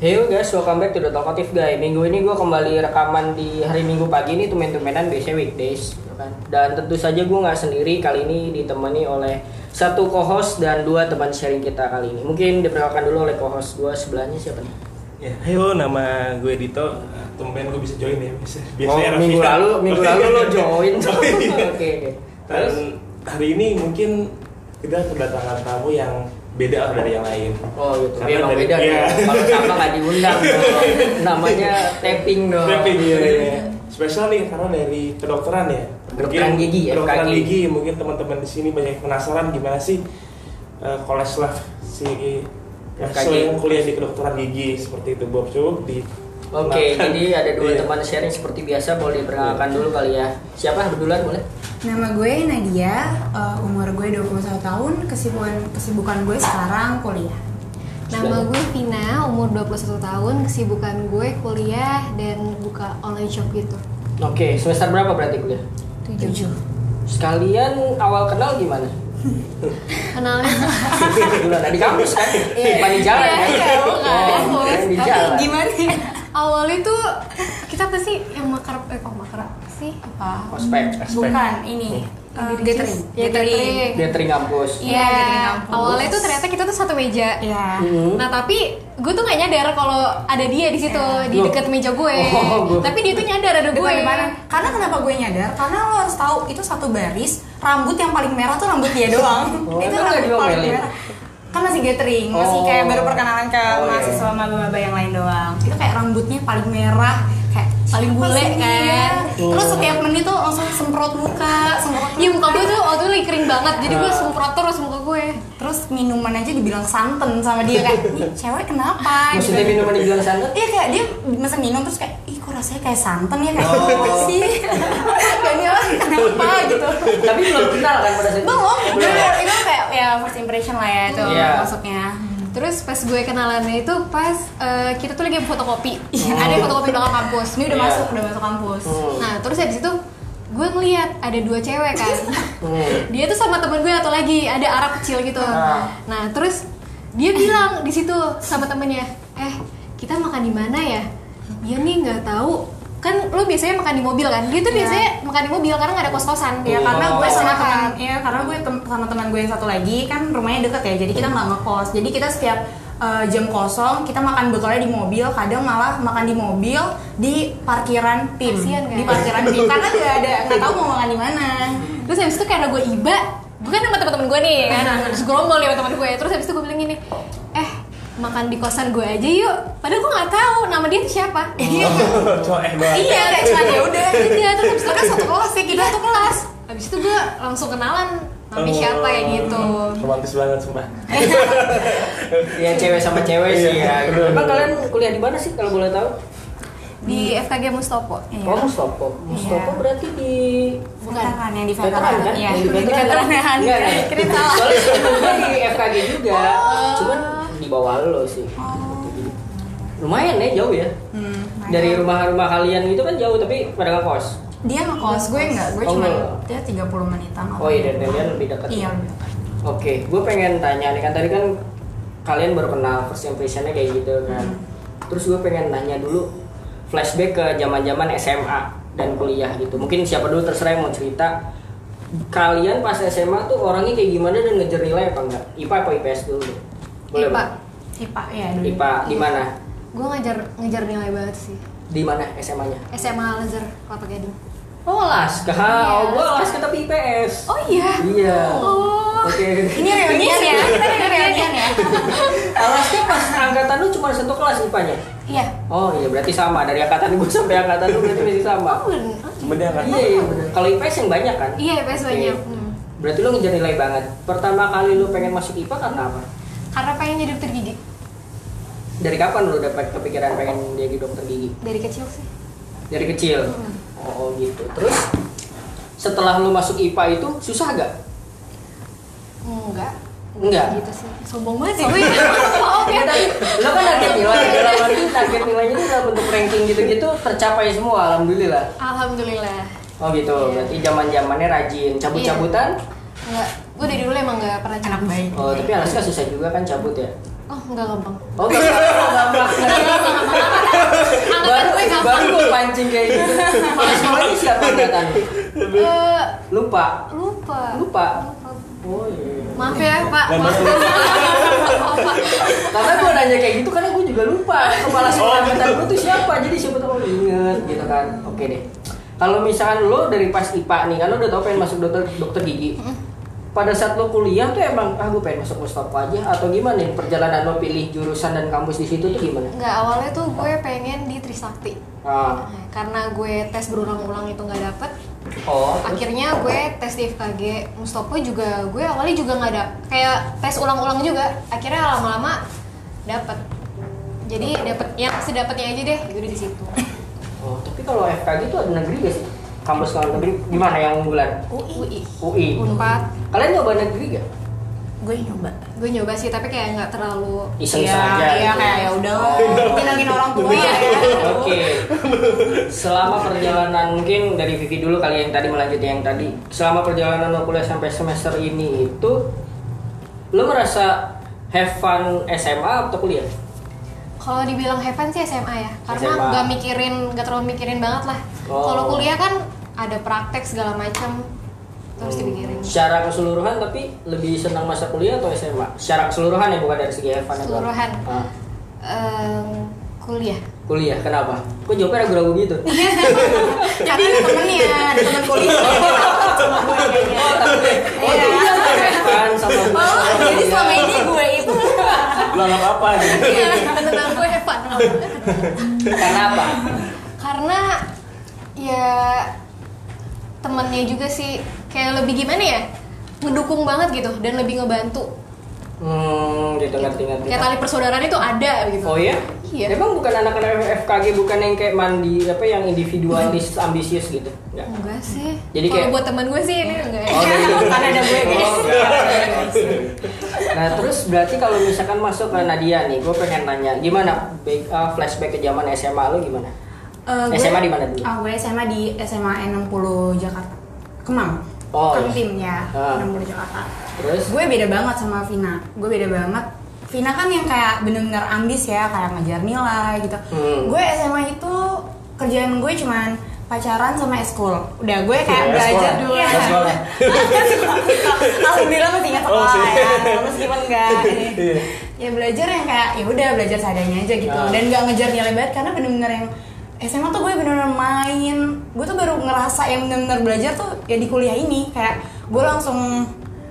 Hey guys, welcome back to The Talkative Guy. Minggu ini gue kembali rekaman di hari Minggu pagi ini, tumen-tumenan, biasanya weekdays kan? Dan tentu saja gue gak sendiri, kali ini ditemani oleh satu co-host dan dua teman sharing kita kali ini. Mungkin diperkenalkan dulu oleh co-host gue, sebelahnya siapa nih? Ya, halo, nama gue Dito. Tumben gue bisa join ya. Biasanya minggu lalu lo join. Oke. Dan hari ini mungkin kita kedatangan tamu yang beda dari yang lain. Oh gitu. Karena memang beda ya. Kalau sama nggak diundang dong. Namanya tapping dong. Tapping iya. Spesial nih karena dari kedokteran ya. Kedokteran gigi ya. Kedokteran gigi. Mungkin teman-teman di sini banyak penasaran gimana sih college life si yang kuliah di kedokteran gigi seperti itu. Bob coba di. Oke, jadi ada dua teman sharing seperti biasa, boleh diperkenalkan dulu kali ya. Siapa duluan boleh? Nama gue Nadia, umur gue 21 tahun, kesibukan gue sekarang kuliah. Nama gue Vina, umur 21 tahun, kesibukan gue kuliah dan buka online shop gitu. Oke, semester berapa berarti kuliah? 7. Sekalian awal kenal gimana? Kenalnya Gimana di kampus kan? Di jalan kan? Di jalan. Gimana ya? awalnya tuh kita pasti yang makar sih Apa? Ospek. Bukan, ini gathering. Gathering kampus. Iya, gathering kampus. awalnya tuh ternyata kita tuh satu meja. Iya. Nah tapi gue tuh nggak nyadar kalau ada dia di situ di dekat meja gue. Tapi dia tuh nyadar ada gue. Karena kenapa gue nyadar? Karena lo harus tahu itu satu baris, rambut yang paling merah tuh rambut dia doang. Itu emang rambut nggak paling diomelin? merah. Kan masih gathering, masih kayak baru perkenalan ke mahasiswa maba-maba yang lain doang. Itu kayak rambutnya paling merah, kayak Paling siapa bule sih kan? dia? Terus setiap menit tuh langsung semprot muka. Iya muka gue tuh waktu itu lagi kering banget, jadi gue semprot terus muka gue. Terus minuman aja dibilang santan sama dia kayak, nih cewek kenapa? Maksudnya minuman dibilang santan? Iya kayak dia mesen minum terus kayak, ih kok rasanya kayak santan ya kayak apa sih? Gak nih lah kenapa gitu. Tapi belum kenal kan pada saat itu? Belum, ya? itu kayak ya first impression lah ya itu masuknya. Terus pas gue kenalannya itu pas kita tuh lagi fotokopi. Ada fotokopi belakang kampus. Ini udah masuk kampus. Nah terus habis itu gue ngeliat ada dua cewek kan. Dia tuh sama temen gue atau lagi ada Arab kecil gitu. Nah terus dia bilang di situ sama temennya, kita makan di mana ya? Dia nih nggak tahu. Kan lu biasanya makan di mobil kan? Dia tuh biasanya makan di mobil karena nggak ada kos-kosan. Ya karena gue sama teman gue yang satu lagi kan rumahnya deket ya, jadi kita nggak ngekos. Jadi kita setiap jam kosong kita makan bekalnya di mobil, kadang malah makan di mobil di parkiran tim. Kasian, kan? Di parkiran tim karena nggak tahu mau makan di mana. Terus habis itu karena gue iba, gue kan sama temen-temen gue nih kan, terus gerombol ya sama temen gue. Terus habis itu gue bilang gini, makan di kosan gue aja yuk. Padahal gue nggak tahu nama dia tuh siapa. Iya. Iya, kayak cuma ya udah. Iya, terus habis itu Karena satu kelas ya kita satu kelas. habis itu gue langsung kenalan namanya siapa ya gitu. Romantis banget sumpah. Ya cewek sama cewek sih ya. Emang kalian kuliah di mana sih kalau boleh tahu? Di FKG Mustopo. Oh Mustopo. Mustopo berarti di Bukan yang di veteran veteran kan? Iya, Di veteran kan? Enggak. Kira salah. Soalnya gue di FKG juga, cuman di bawah lo sih. Lumayan ya, jauh ya. Dari rumah-rumah kalian itu kan jauh, tapi pada ngekos. Dia ngekos, gue enggak, gue cuma dia 30 menitan. Oh iya, dan kalian lebih dekat. Iya. Oke, gue pengen tanya nih kan tadi kan kalian baru kenal, first impressionnya kayak gitu kan. Terus gue pengen nanya dulu flashback ke zaman-zaman SMA dan kuliah gitu. Mungkin siapa dulu terserah yang mau cerita. Kalian pas SMA tuh orangnya kayak gimana dan ngejar nilai apa enggak? IPA apa IPS dulu? Boleh, IPA. Bang? IPA ya dulu. IPA di mana? Gue ngejar nilai banget sih. Di mana SMA-nya? SMA Al Azhar Kelapa Gading. Oh, Alaska. Oh, gue Alaska tapi IPS. Oh iya. Iya. Oh. Oke. Ini reunian ya. Kita reunian ya. Alaska pas angkatan lu cuma satu kelas IPA-nya? Iya. Oh iya, berarti sama dari angkatan gue sampai angkatan lu berarti masih sama. Oh bener. Bener kan? Iya bener. Kalau IPS yang banyak kan? Iya IPS Oke. banyak. Berarti lu ngejar nilai banget. Pertama kali lu pengen masuk IPA karena apa? Karena pengen jadi dokter gigi. Dari kapan lu dapat kepikiran pengen jadi dokter gigi? Dari kecil sih. Dari kecil. Oh gitu. Terus setelah lu masuk IPA itu susah gak? Enggak. Gitu sih. Sombong banget sih gue. Oh Ya, tapi lo kan target nilai, dalam arti target nilainya itu dalam bentuk ranking gitu-gitu tercapai semua, alhamdulillah. Alhamdulillah. Oh gitu, berarti zaman-zamannya rajin, cabut-cabutan? Enggak, gue dari dulu emang nggak pernah Anak cabut. baik. Oh, tapi Alaska susah juga kan cabut ya? Oh, enggak gampang. Oh gampang. Baru gue pancing kayak gitu. Kalau sekolahnya siapa angkatan? Lupa. Oh iya. Maaf ya Pak. Karena gue nanya kayak gitu karena gue juga lupa kepala sekolah angkatan gue tuh siapa, jadi siapa tahu inget gitu kan. Oke deh. Kalau misalkan lo dari pas IPA nih, kan lo udah tau pengen masuk dokter gigi. Pada saat lo kuliah tuh emang gue pengen masuk Mustopo aja atau gimana nih perjalanan lo pilih jurusan dan kampus di situ tuh gimana? Enggak, awalnya tuh gue pengen di Trisakti. Nah, karena gue tes berulang-ulang itu nggak dapet. Akhirnya gue tes di FKG Mustopo juga, gue awalnya juga nggak ada kayak tes ulang-ulang juga. Akhirnya lama-lama dapet. Jadi dapet yang sedapetnya aja deh, gue di situ. Oh, tapi kalau FKG itu ada negeri gak sih? Kampus kalau negeri gimana yang unggulan? UI. Unpad. Kalian nyoba negeri gak? Gue nyoba sih, tapi kayak nggak terlalu iseng-iseng aja. Iya, gitu. kayak ya udah nyenengin orang tua ya. Oke. Selama perjalanan mungkin dari Vivi dulu kali yang tadi melanjutkan yang tadi. Selama perjalanan lo kuliah sampai semester ini itu lo merasa have fun SMA atau kuliah? Kalau dibilang have fun sih SMA ya, karena SMA. nggak terlalu mikirin banget lah. Kalau kuliah kan ada praktek segala macam, terus dipikirin. Secara keseluruhan tapi lebih senang masa kuliah atau SMA? Secara keseluruhan ya, bukan dari segi have fun. Keseluruhan. Kuliah. Kuliah, kenapa? Kok jawabnya ragu-ragu gitu? Jadi temennya, ada temen kuliah. Cuma gue kayaknya. Iya, have fun sama gue. Jadi selama ini gue itu. Lo nggak apa nih? Iya, tentang gue have fun. Karena apa? Karena ya temennya juga sih kayak lebih gimana ya, ngedukung banget gitu dan lebih ngebantu. Gitu ngerti. Kayak tali persaudaraan itu ada gitu. Oh iya? Iya. Emang bukan anak-anak FKG bukan yang kayak mandi apa yang individualis ambisius gitu? Enggak sih. Jadi kalau kayak buat teman gue sih ini enggak. Oh, gitu. Kan ada gue guys. Nah terus berarti kalau misalkan masuk ke Nadia nih, gue pengen nanya gimana flashback ke zaman SMA lo gimana? SMA di mana dulu? Gue SMA di SMA N60 Jakarta, Kemang. Oh, Timnya 60 Jakarta. Terus? Gue beda banget sama Vina. Gue beda banget. Vina kan yang kayak bener-bener ambis ya, kayak ngejar nilai gitu. Gue SMA itu kerjaan gue cuman pacaran sama eskul. Udah gue kayak belajar dulu. Ya. Alhamdulillah masih ingat sekolah ya. Meskipun enggak ya belajar yang kayak ya udah belajar seadanya aja gitu. Dan nggak ngejar nilai banget karena bener-bener yang SMA tuh gue bener-bener main. Gue tuh baru ngerasa yang bener-bener belajar tuh ya di kuliah ini. Kayak gue langsung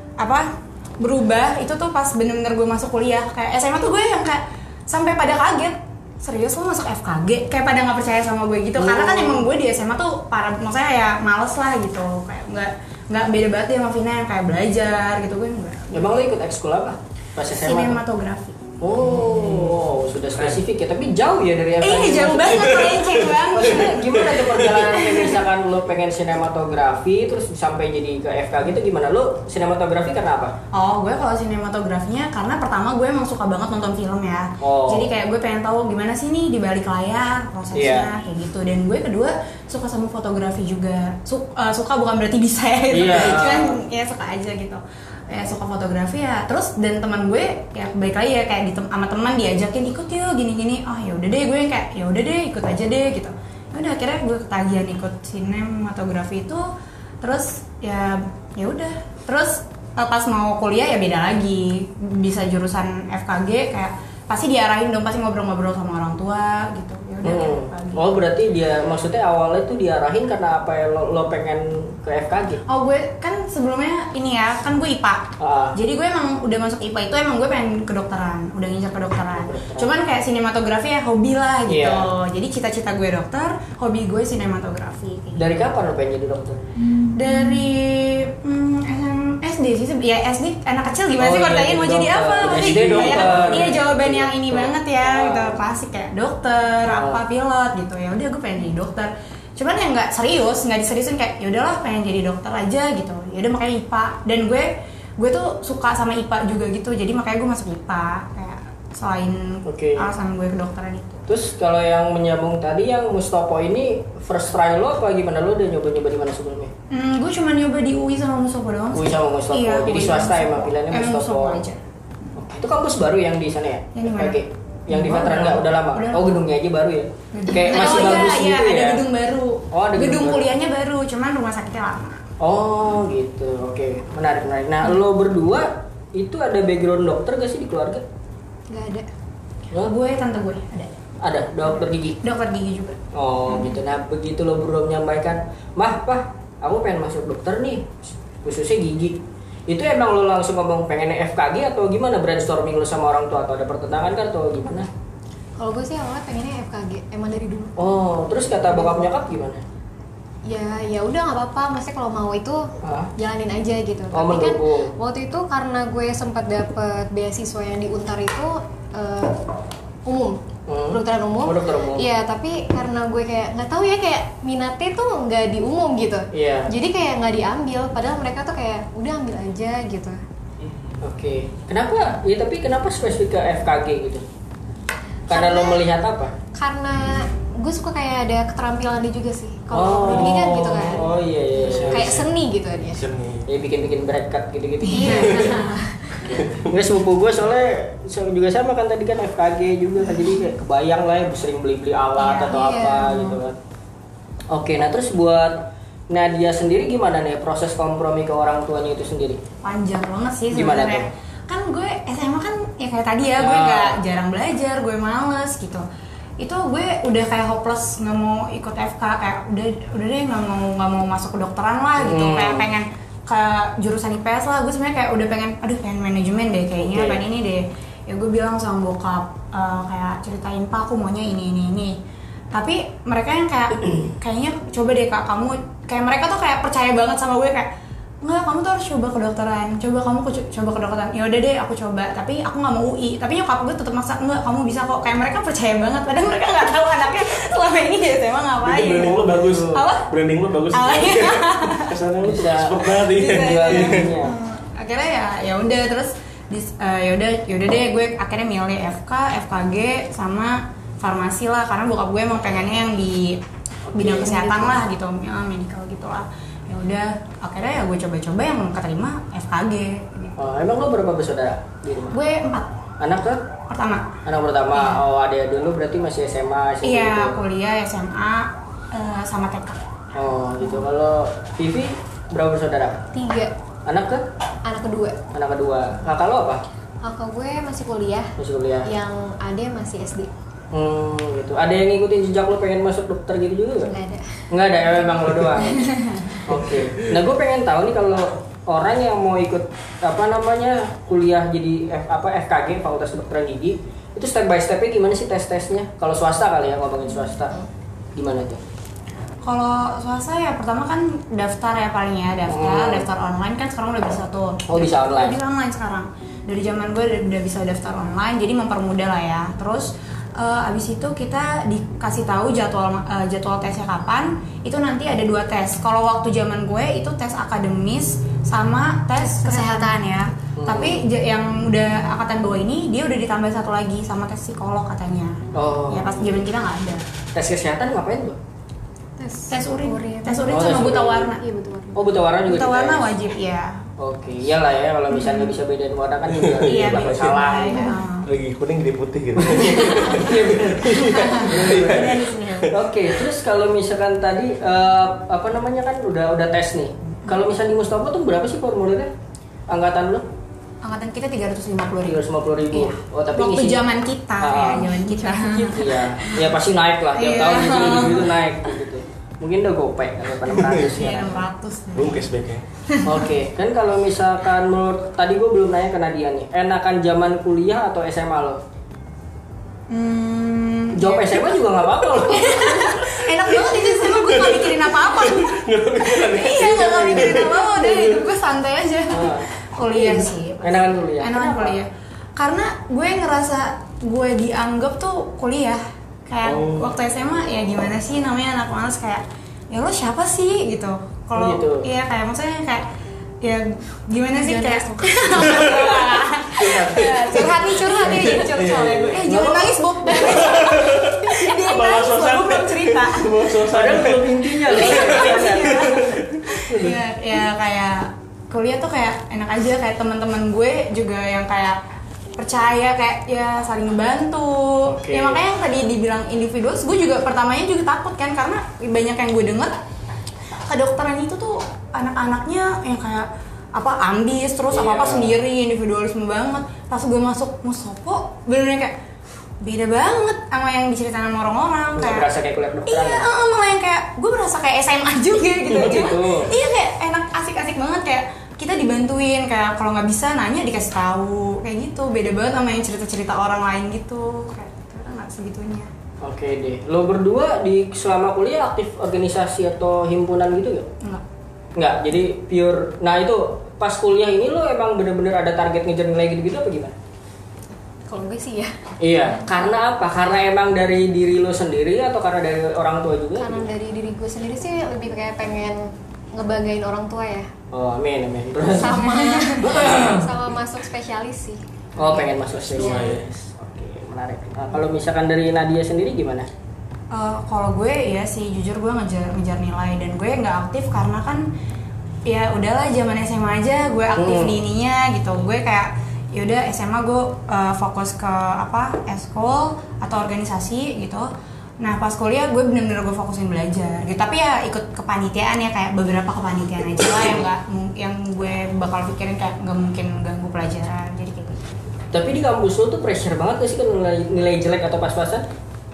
berubah itu tuh pas bener-bener gue masuk kuliah. Kayak SMA tuh gue yang kayak sampai pada kaget, serius lo masuk FKG? Kayak pada nggak percaya sama gue gitu. Karena kan emang gue di SMA tuh maksudnya ya males lah gitu. Kayak nggak beda banget ya sama Vina yang kayak belajar gitu. Gue enggak. Emang lo ikut ekskul apa pas SMA? Sinematografi. Oh, sudah spesifik ya, tapi jauh ya dari FKG. Jauh banget, melenceng banget. Maksudnya gimana tuh perjalanan misalkan lo pengen sinematografi terus sampai jadi ke FKG itu gimana? Lo sinematografi karena apa? Oh, gue kalau sinematografinya karena pertama gue emang suka banget nonton film ya. Jadi kayak gue pengen tahu gimana sih nih di balik layar prosesnya kayak gitu. Dan gue kedua suka sama fotografi juga. Suka bukan berarti bisa ya gitu. Cuman ya suka aja gitu. Ya suka fotografi ya. Terus dan teman gue ya baik lagi ya kayak sama teman diajakin ikut yuk gini-gini. Oh ya udah deh, gue yang kayak ya udah deh ikut aja deh gitu. Ya udah akhirnya gue ketagihan ikut sinematografi itu. Terus ya udah. Terus pas mau kuliah ya beda lagi. Bisa jurusan FKG kayak pasti diarahin dong, pasti ngobrol-ngobrol sama orang tua gitu. Ya udah FKG. Oh berarti dia maksudnya awalnya tuh diarahin karena apa ya lo pengen ke FKG? Oh gue kan sebelumnya ini ya, kan gue IPA. Jadi gue emang udah masuk IPA itu emang gue pengen kedokteran, udah ngincar kedokteran. Cuman kayak sinematografi ya hobi lah gitu. Jadi cita-cita gue dokter, hobi gue sinematografi. Dari kapan lo pengen jadi dokter? Dari SD sih, ya SD anak kecil gimana sih kalau tanya mau jadi apa? SD dokter. Iya jawaban yang ini banget ya, gitu klasik kayak dokter, apa pilot gitu. Ya udah gue pengen jadi dokter. Cuman yang nggak diseriusin kayak ya udahlah pengen jadi dokter aja gitu. Ya udah makanya IPA. Dan gue tuh suka sama IPA juga gitu. Jadi makanya gue masuk IPA kayak selain alasan gue kedokteran itu. Terus kalau yang menyambung tadi yang Mustopo ini first try lo apa gimana, lo udah nyoba-nyoba di mana sebelumnya? Gue cuma nyoba di UI sama Mustopo doang. UI sama Mustopo. Iya, jadi UI swasta Mustopo. emang pilihannya Mustopo aja. Oke. Itu kampus baru yang di sana ya? Yang di mana? FKG. Yang di veteran nggak udah lama? Udah. Oh gedungnya aja baru ya? Kayak masih iya, bagus iya, gitu ada ya? gedung baru. Oh, ada gedung baru. kuliahnya baru, cuman rumah sakitnya lama. Oh gitu, oke, menarik. Nah lo berdua itu ada background dokter gak sih di keluarga? Nggak ada. Tante gue ada. Ada, dokter gigi? Dokter gigi juga. Oh gitu, nah begitu lo berdua menyampaikan, Mah, Pah, aku pengen masuk dokter nih, khususnya gigi. Itu emang lo langsung ngomong pengennya FKG atau gimana, brainstorming lo sama orang tua atau ada pertentangan kan atau gimana? Kalau gue sih awalnya pengennya FKG, emang dari dulu. Oh, terus kata bokap nyokap gimana? Ya udah nggak apa-apa, maksudnya kalau mau itu jalanin aja gitu. Oh, Tapi kan mendukung. waktu itu karena gue sempat dapet beasiswa yang di Untar itu umum, kedokteran umum. Oh, dokter umum. Iya, tapi karena gue kayak nggak tahu ya, kayak minatnya tuh nggak di umum gitu. Iya. Jadi kayak nggak diambil, padahal mereka tuh kayak udah ambil aja gitu. Oke, kenapa? Ya tapi kenapa spesifik ke FKG gitu? Karena lo melihat apa? Karena gue suka kayak ada keterampilan dia juga sih. Kalau ini kan gitu kan. Oh iya. Kayak seni gitu dia. Seni. Ya bikin bracket gitu-gitu. Iya. Nggak, sepupu gue soalnya juga sama kan tadi kan FKG juga kan, jadi kayak kebayang lah ya sering beli-beli alat Iya, atau apa gitu kan. Oke, nah terus buat Nadia sendiri gimana nih proses kompromi ke orang tuanya itu sendiri? Panjang banget sih Gimana sebenarnya. Kan gue SMA kan ya kayak tadi ya, gue nggak jarang belajar, gue males gitu. Itu gue udah kayak hopeless, nggak mau ikut FK, kayak udah deh nggak mau masuk kedokteran lah gitu, kayak pengen ke jurusan IPS lah. Gue sebenarnya kayak udah pengen manajemen deh kayaknya, pengen ini deh. Ya gue bilang sama bokap, kayak ceritain, Pak aku maunya ini. Tapi mereka yang kayaknya coba deh Kak, kamu kayak mereka tuh kayak percaya banget sama gue, kayak enggak, kamu tuh harus coba kedokteran, coba kedokteran. Ya udah deh aku coba, tapi aku nggak mau UI. Tapi nyokap gue tetap maksa, enggak kamu bisa kok. Kayak mereka percaya banget, padahal mereka nggak tahu anaknya selama ini ya emang ngapain. Bikin branding lo bagus. Apa? Branding lo bagus. Kesannya lo Bisa. sport banget iya. Akhirnya ya udah, terus ya udah deh gue akhirnya milih FKG sama farmasi lah, karena bokap gue emang pengennya yang di bidang kesehatan lah gitu, ya, medical gitu lah. Ya udah akhirnya ya gue coba-coba yang keterima FKG gitu. Oh, emang lo berapa bersaudara di rumah? Gue 4 Anak ke? pertama. Anak pertama. Iya. Oh, adik dulu berarti masih SMA sih. Iya, gitu. kuliah SMA sama TK. Oh, gitu. Kalau Vivi berapa bersaudara? 3. Anak ke? Anak kedua. Anak kedua. Kakak lo apa? Kakak gue masih kuliah, Masih kuliah. yang ade masih SD. Gitu. Ada yang ngikutin jejak lo pengen masuk dokter gitu juga nggak? Nggak ada. Nggak ada, emang lo doang. Oke. Nah, gue pengen tahu nih kalau orang yang mau ikut kuliah jadi FKG, Fakultas Kedokteran Gigi, itu step by stepnya gimana sih tes-tesnya? Kalau swasta kali ya, ngomongin swasta, gimana tuh? Kalau swasta ya pertama kan daftar ya paling ya, daftar online kan sekarang udah bisa tuh. Oh, bisa online. Bisa online sekarang. Dari zaman gue udah bisa daftar online, jadi mempermudah lah ya. Terus abis itu kita dikasih tahu jadwal tesnya kapan. Itu nanti ada 2 tes. Kalau waktu zaman gue itu tes akademis sama tes kesehatan ya. Tapi yang udah angkatan bawah ini dia udah ditambah 1 lagi sama tes psikolog katanya. Oh. Ya pas zaman kita nggak ada. Tes kesehatan ngapain tuh? Tes urin Oh, sama tes buta urin. warna. Iya betul. Oh, buta warna juga Buta dites. warna wajib ya. Oke, iyalah ya kalau misalnya bisa bedain warna kan juga Iya, bakal beda. salah. Iya. Lagi kuning jadi putih gitu. Iya benar. Beda di sini. Oke, terus kalau misalkan tadi kan udah tes nih. Kalau misalnya di Mustafa tuh berapa sih formulirnya? Angkatan lo? Angkatan kita 350.000. 350.000. Iya. Oh, tapi Waktu ngisi- zaman kita ya, zaman kita. Iya, ya pasti naik lah. Tiap Iya. tahun gitu naik gitu. Mungkin udah gopek atau 600 Iya, ya. 600. Belum cashbacknya. Oke, kan kalau misalkan menurut tadi gue belum nanya ke Nadia nih, enakan zaman kuliah atau SMA lo? Jawab iya. SMA juga nggak apa-apa loh. Enak banget itu SMA, gue gak mikirin apa-apa. Iya, gak mikirin apa-apa, udah hidup gue santai aja. Kuliah sih. Enakan kuliah. Enakan kuliah. Karena gue ngerasa gue dianggap tuh kuliah. Kayak waktu SMA ya gimana sih namanya anak malas, kayak ya lo siapa sih gitu. Kalau gitu. iya kayak maksudnya kayak ya gimana sih Jangan kayak nangis, ya, curhat nih jadi curcol ya gue. Jangan nangis Bob. Dia Bawa nangis loh, suasana. gue belum cerita. Bawa suasana. Padahal belum intinya loh. Ya kayak kuliah tuh kayak enak aja, kayak teman-teman gue juga yang kayak percaya, kayak ya saling ngebantu. Oke. Ya makanya yang tadi dibilang individual, gue juga pertamanya juga takut kan, karena banyak yang gue denger kedokteran itu tuh anak-anaknya yang kayak ambis terus apa sendiri, individualisme banget. Pas gue masuk musopo bener-bener kayak beda banget sama yang diceritain sama orang-orang. Nggak berasa kayak kuliah kedokteran. Iya, malah yang kayak gue berasa kayak SMA juga gitu. Gitu. Iya, kayak enak, asik-asik banget, kayak kita dibantuin, kayak kalau nggak bisa nanya dikasih tahu kayak gitu. Beda banget sama yang cerita-cerita orang lain gitu, kayak ternyata nggak segitunya. Oke deh, lo berdua selama kuliah aktif organisasi atau himpunan gitu nggak? Nggak, jadi pure. Nah itu pas kuliah ini lo emang bener-bener ada target ngejar nilai gitu-gitu apa gimana? Kalau gue sih ya. Iya, karena apa? Karena emang dari diri lo sendiri atau karena dari orang tua juga? Karena dari diri gue sendiri sih lebih kayak pengen ngebanggain orang tua ya. Oh, amin. Terus? Sama masuk spesialis sih. Oh, pengen masuk spesialis. Oke, menarik. Nah, kalau misalkan dari Nadia sendiri gimana? Kalau gue ya sih jujur gue ngejar nilai, dan gue nggak aktif karena kan ya udahlah zaman SMA aja gue aktif di ininya gitu. Gue kayak yaudah SMA gue fokus ke eskul atau organisasi gitu. Nah pas kuliah gue bener-bener gue fokusin belajar gitu. Tapi ya ikut kepanitiaan ya, kayak beberapa kepanitiaan aja lah yang gue bakal pikirin kayak nggak mungkin ganggu pelajaran, jadi kayak gitu. Tapi di kampus lo tuh pressure banget gak sih kan nilai jelek atau pas-pasan?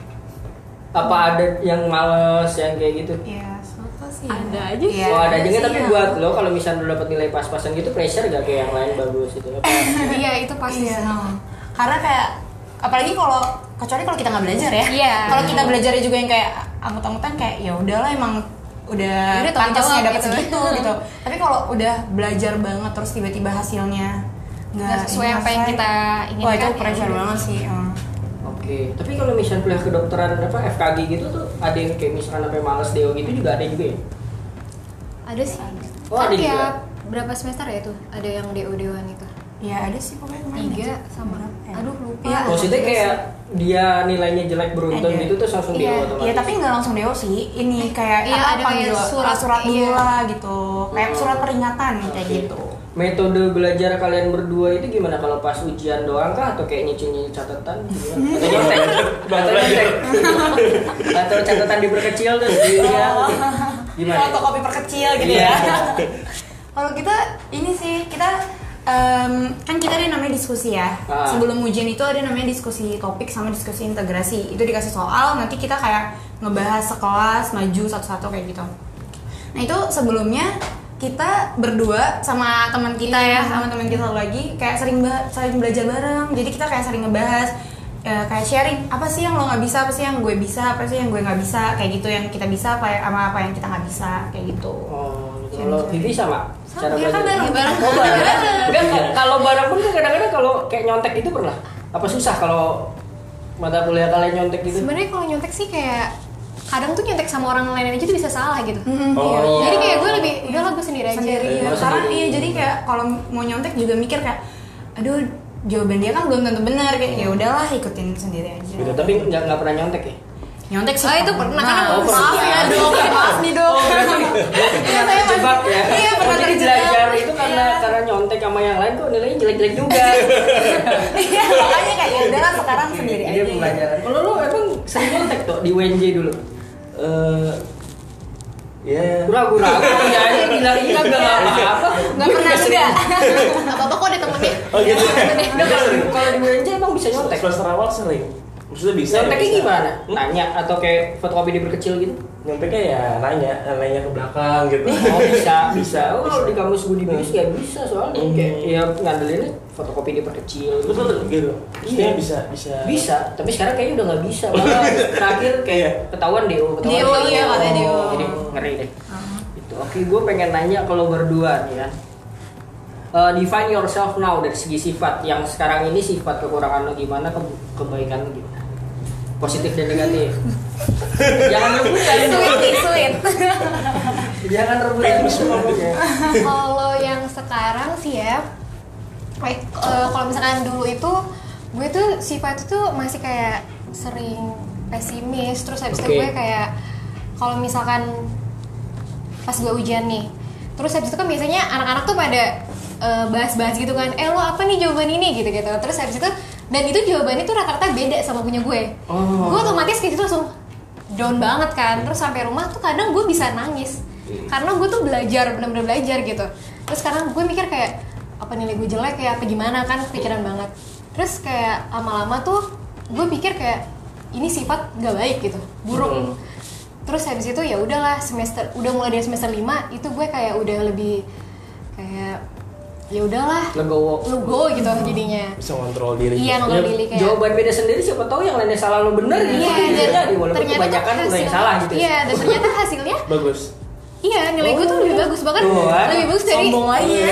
Apa ada yang males yang kayak gitu? Iya, apa sih? Ada aja. Iya, Oh ada juga, tapi sih, ya. buat lo kalau misalnya lo dapet nilai pas-pasan gitu pressure gak kayak yang lain bagus gitu? Iya itu pasti. Iya. Karena kayak apalagi kecuali kalau kita nggak belajar ya. Iya. Kalau kita belajarnya juga yang kayak anggut-anggutan, kayak ya udahlah emang udah Udah tanggung pantasnya jawab dapat gitu. segitu gitu. Tapi kalau udah belajar banget terus tiba-tiba hasilnya Nggak sesuai apa yang kita inginkan. Wah itu ya pressure udah. banget sih. Oke, tapi kalau misalnya kuliah kedokteran FKG gitu tuh ada yang kayak misalkan sampai males DO gitu juga ada juga ya? Ada sih. Oh, Kan ada tiap juga? berapa semester ya itu? Ada yang DO-DO-an itu. Ya ada sih pokoknya kemarin 3 aja. sama Ya. aduh lupa. Iya. Maksudnya kayak dia nilainya jelek beruntun Ada. gitu terus langsung DO Iya, otomatis? iya tapi nggak langsung DO sih. Ini kayak Iya, ada panggil kayak surat dulu iya. lah gitu. Kayak surat peringatan kayak Oke. gitu. Metode belajar kalian berdua itu gimana? Kalau pas ujian doang kah? Atau kayak nyicil catatan? Gimana? Atau nyontek? Atau nyontek? Atau catatan diperkecil tuh? Iya. Gimana? Fotokopi perkecil gitu Iya. ya. Kalau kita ini sih kan kita ada namanya diskusi ya. Ah. Sebelum ujian itu ada namanya diskusi topik sama diskusi integrasi. Itu dikasih soal, nanti kita kayak ngebahas sekelas maju satu-satu kayak gitu. Nah itu sebelumnya kita berdua sama teman kita ya, sama teman kita lagi kayak sering belajar bareng. Jadi kita kayak sering ngebahas kayak sharing apa sih yang lo nggak bisa, apa sih yang gue bisa, apa sih yang gue nggak bisa, kayak gitu. Yang kita bisa sama apa yang kita nggak bisa kayak gitu. Oh, kalau Vivi sama? Cara ya kan belajar? bareng. Oh, bareng. Enggak, kalau bareng pun kan kadang-kadang kalau kayak nyontek itu pernah? Apa susah kalau mata kuliah kalian nyontek gitu? Sebenarnya kalau nyontek sih kayak kadang tuh nyontek sama orang lain aja tuh bisa salah gitu. Iya. Jadi kayak gue lebih udahlah gue sendiri aja. Sendiri ya. Oh, Sekarang sendiri. iya, jadi kayak kalau mau nyontek juga mikir kayak aduh jawaban dia kan belum tentu benar, kayak ya udahlah ikutin sendiri aja. Gitu, tapi nggak pernah nyontek ya? Nyontek sih. Oh itu pernah kan? Oh, Maaf pernah. ya dong, maaf nih dong. Iya, saya Terjebak ya? Iya, pernah Oh, jadi terjebak. belajar itu Iya. karena nyontek sama yang lain kok nilainya jelek-jelek juga. Iya, makanya kayak ya udahlah sekarang sendiri Iya, aja. pembelajaran. Kalau lo emang sering nyontek tuh di UNJ dulu? Ya. Ragu-ragu ya, aja bilang iya nggak apa-apa. Nggak pernah juga. Gak apa-apa kok ada temennya. Oh gitu. Nggak, kalau di UNJ emang bisa nyontek. Semester awal sering. Maksudnya bisa. Nyonteknya bisa. gimana? Nanya atau kayak fotokopi diperkecil gitu? Nyonteknya ya nanya ke belakang gitu. Oh bisa. Oh kalau di kamus gue di BIS nggak bisa soalnya kayak ya ngandelinnya fotokopi diperkecil. Betul gitu. Iya. Bisa. Bisa, tapi sekarang kayaknya udah nggak bisa. Malah terakhir kayak ketahuan DO. DO, iya, katanya DO. Jadi ngeri deh. Itu. Oke, gue pengen nanya kalau berdua nih kan. Define yourself now dari segi sifat. Yang sekarang ini sifat kekurangan lo gimana, kebaikan lo gimana? Positif dan negatif. Jangan rebutan. Sweet. Jangan rebutan semuanya. Kalau yang sekarang sih ya, kalau misalkan dulu itu gue tuh sifat itu masih kayak sering pesimis, terus habis itu Oke. gue kayak kalau misalkan pas gue ujian nih, terus habis itu kan biasanya anak-anak tuh pada bahas-bahas gitu kan, lo apa nih jawaban ini gitu-gitu. Terus habis itu, dan itu jawabannya tuh rata-rata beda sama punya gue. Gue otomatis kayak gitu langsung down banget kan. Terus sampai rumah tuh kadang gue bisa nangis karena gue tuh belajar, benar-benar belajar gitu. Terus sekarang gue mikir kayak apa nilai gue jelek ya apa gimana kan, kepikiran banget. Terus kayak lama-lama tuh gue pikir kayak ini sifat gak baik gitu, buruk. Terus habis itu ya udahlah, udah mulai dari semester 5 itu gue kayak udah lebih kayak ya udahlah legowo gitu jadinya. Bisa kontrol diri. Iya, kontrol diri kayak. Jawaban beda sendiri, siapa tahu yang lainnya salah lo bener gitu. Iya, jadi walaupun kebanyakan lo yang salah gitu. Iya, dan ternyata hasilnya Bagus. iya, nilai gue tuh lebih bagus, bahkan lebih bagus dari sombong lagi ya.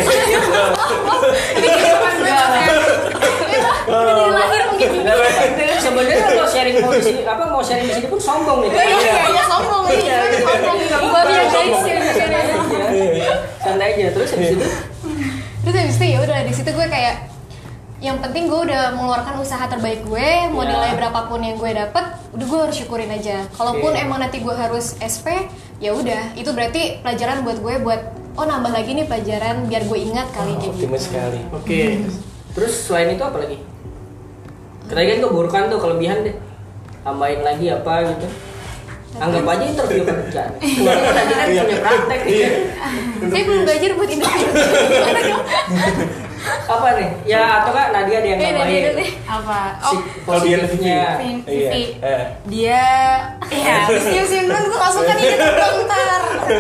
udah dari lahir mungkin. Sebenarnya lo sharing mau di sini mau sharing di sini pun sombong nih. Iya, sombong. Iya, sombong. Gua bilang guys ya di sana. Santai aja. Terus habis itu Terus ya udah di situ gue kayak yang penting gue udah mengeluarkan usaha terbaik gue, mau nilai berapapun yang gue dapet, udah gue harus syukurin aja. Kalaupun emang nanti gue harus SP, ya udah itu berarti pelajaran buat gue buat nambah lagi nih pelajaran biar gue ingat kali kayak gitu. Optimis sekali. Oke. Terus selain itu apa lagi? Tadi kan keburukan tuh, kelebihan deh. Tambahin lagi apa gitu. Anggap aja interview kerjaan. Tadi kan punya praktek. Saya belum belajar buat interview. Gimana dong? Apa nih? Ya atau kak Nadia ada yang tambahin? Apa? Positifnya. Vivi. Dia senyum-senyum dulu, gue gak suka nih bentar.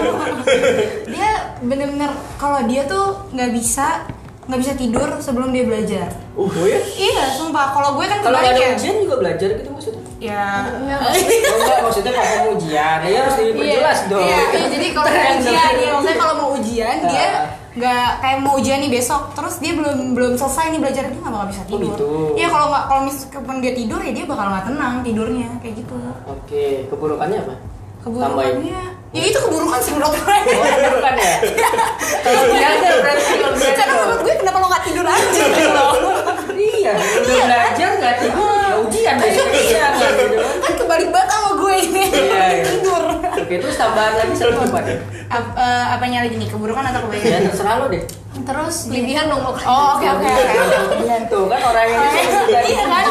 Dia bener-bener kalau dia tuh nggak bisa tidur sebelum dia belajar. Ya? Iya, sumpah. Kalau gue kan Kalau kebalik ada ya. ujian juga belajar gitu maksudnya? Ya. Enggak, maksudnya kalau mau ujian, ya harus diperjelas dong. Iya, jadi kalau mau ujian, ya maksudnya kalau mau ujian dia nggak kayak mau ujian nih besok, terus dia belum selesai nih belajar, dia nggak bakal bisa tidur. Gitu. Iya, kalau misalkan dia tidur ya dia bakal nggak tenang tidurnya kayak gitu. Oke, keburukannya apa? Keburukannya, ya itu keburukan sih menurut gue. Keburukan ya? Kalau dia ada berarti Karena menurut gue kenapa lo nggak tidur aja gitu loh? Iya, udah belajar nggak tidur, ya ujian besok-besok gitu. Kan kebalik banget sama gue ini. Iya. Tidur. Oke, terus tambahan lagi satu apa deh? Apanya lagi nih, keburukan atau Ya kebaikan? terserah lo deh. Terus Kelebihan dong lo. Oh, oke. Tuh kan orang yang Iya kan?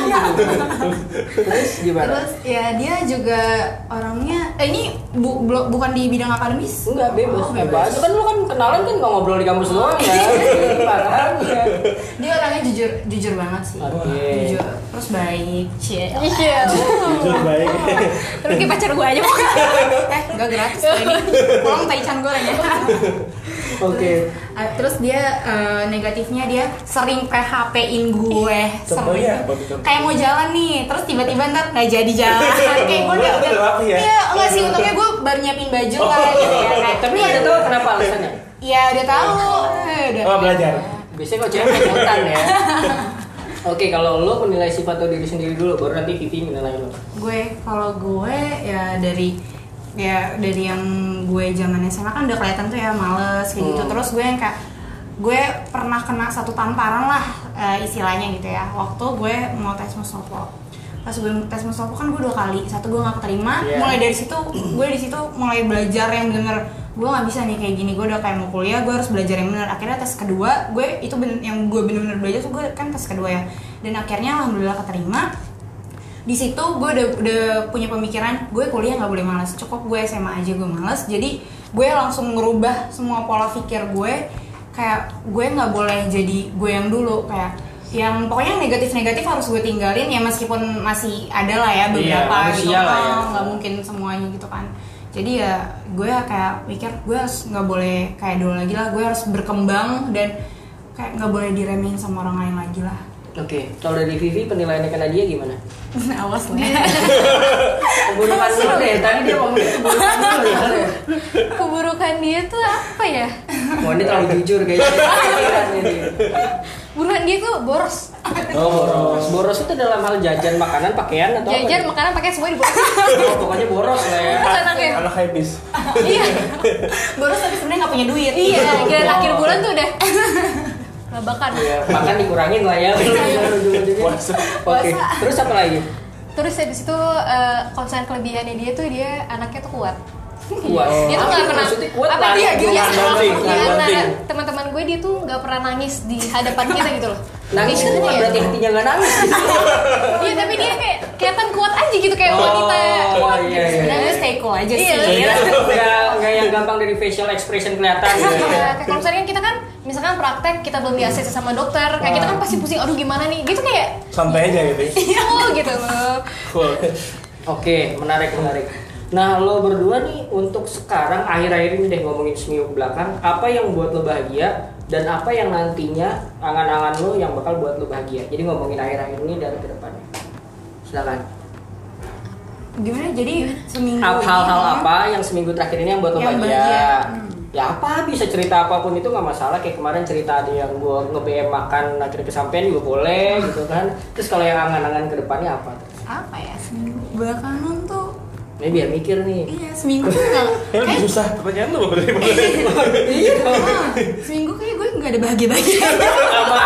Terus gimana? Terus ya dia juga orangnya ini bukan di bidang akademis. Enggak, bebas. Oh, Bebas. Kan lo kan kenalan kan nggak ngobrol di kampus doang ya. Makanya. Dia orangnya jujur banget sih. Oke. Jujur. Terus baik. Cie. Iya. Jujur baik. Terus kayak pacar gue aja mau. Enggak gratis kok ini. Pulang taichan goreng ya. Oke. Terus dia negatifnya dia sering PHP-in gue. Contohnya apa tuh? Kayak mau jalan nih, terus tiba-tiba ntar nggak jadi jalan. Kayak gue udah ya? iya, enggak sih, untungnya gue baru nyiapin baju kan gitu ya. Kayak, Tapi udah tahu kenapa alasannya? iya udah tahu. Udah. Oh, belajar. Biasanya kok cewek ikutan ya. Oke, kalau lo menilai sifat atau diri sendiri dulu, baru nanti Vivi menilai lo. Kalau gue ya dari yang gue zaman SMA kan udah kelihatan tuh ya males kayak gitu. Terus gue yang kayak gue pernah kena satu tamparan lah istilahnya gitu ya. Waktu gue mau tes mustopo. Pas gue tes mustopo kan gue 2 kali. Satu gue nggak keterima. Mulai dari situ gue di situ mulai belajar yang bener. Gue nggak bisa nih kayak gini. Gue udah kayak mau kuliah, gue harus belajar yang bener. Akhirnya tes kedua gue itu yang gue bener-bener belajar tuh gue kan tes kedua ya. Dan akhirnya alhamdulillah keterima. Di situ gue udah punya pemikiran gue kuliah nggak boleh malas, cukup gue SMA aja gue malas. Jadi gue langsung ngerubah semua pola pikir gue, kayak gue nggak boleh jadi gue yang dulu, kayak yang pokoknya negatif harus gue tinggalin ya, meskipun masih ada lah ya beberapa gitu kan, nggak mungkin semuanya gitu kan. Jadi ya gue kayak pikir gue harus nggak boleh kayak dulu lagi lah, gue harus berkembang dan kayak nggak boleh diremehin sama orang lain lagi lah. Oke, kalau dari Vivi penilaiannya ke Nadia gimana? Awas lah. Keburukan dulu deh, tadi dia ngomongin keburukan dulu ya. Keburukan dia tuh apa ya? Wah, ini terlalu jujur kayaknya. Burukan dia tuh boros. Oh, boros. Boros itu dalam hal jajan makanan, pakaian atau Jajan, apa? makanan, pakai semua diboros. Oh, pokoknya boros lah ya. Anak habis. Iya. Boros tapi sebenarnya nggak punya duit. Iya, kira akhir bulan tuh udah labakan. Iya, makan dikurangin lah ya. Puasa. Oke, terus apa lagi? Terus habis itu konsen kelebihannya dia tuh dia anaknya tuh kuat. Kuat. Dia tuh nggak pernah Maksudnya kuat apa lari dia juga. dia Banting, banting. teman-teman gue dia tuh nggak pernah nangis di hadapan kita gitu loh. Nangis kan Kayak bukan gimana ya? berarti hatinya nggak nangis. Iya tapi dia kayak kelihatan kuat aja gitu kayak wanita kuat iya, gitu. iya. Sebenarnya stay cool aja sih. Iya. Nggak yang gampang dari facial expression kelihatan. Gitu. Iya, kayak kalau misalnya kita kan misalkan praktek kita belum di ACC sama dokter, kayak kita kan pasti pusing, aduh gimana nih, gitu kayak Santai aja gitu. cool gitu loh. Cool. Oke, menarik. Nah, lo berdua nih untuk sekarang akhir-akhir ini deh ngomongin seminggu belakang, apa yang buat lo bahagia dan apa yang nantinya angan-angan lo yang bakal buat lo bahagia. Jadi ngomongin akhir-akhir ini dan ke depannya. Silakan. Gimana? Jadi seminggu Hal-hal ini, apa yang seminggu terakhir ini yang buat lo Yang bahagia? bahagia. Ya apa, bisa cerita apapun itu nggak masalah. Kayak kemarin cerita ada yang gue nge-BM makan akhirnya kesampean juga boleh gitu kan. Terus kalau yang angan-angan ke depannya apa? apa ya, seminggu belakangan tuh Ini biar mikir nih. iya seminggu tuh nggak Lebih susah pertanyaan lu daripada Iya dong. seminggu kayak gue nggak ada bahagia-bahagia. Apa?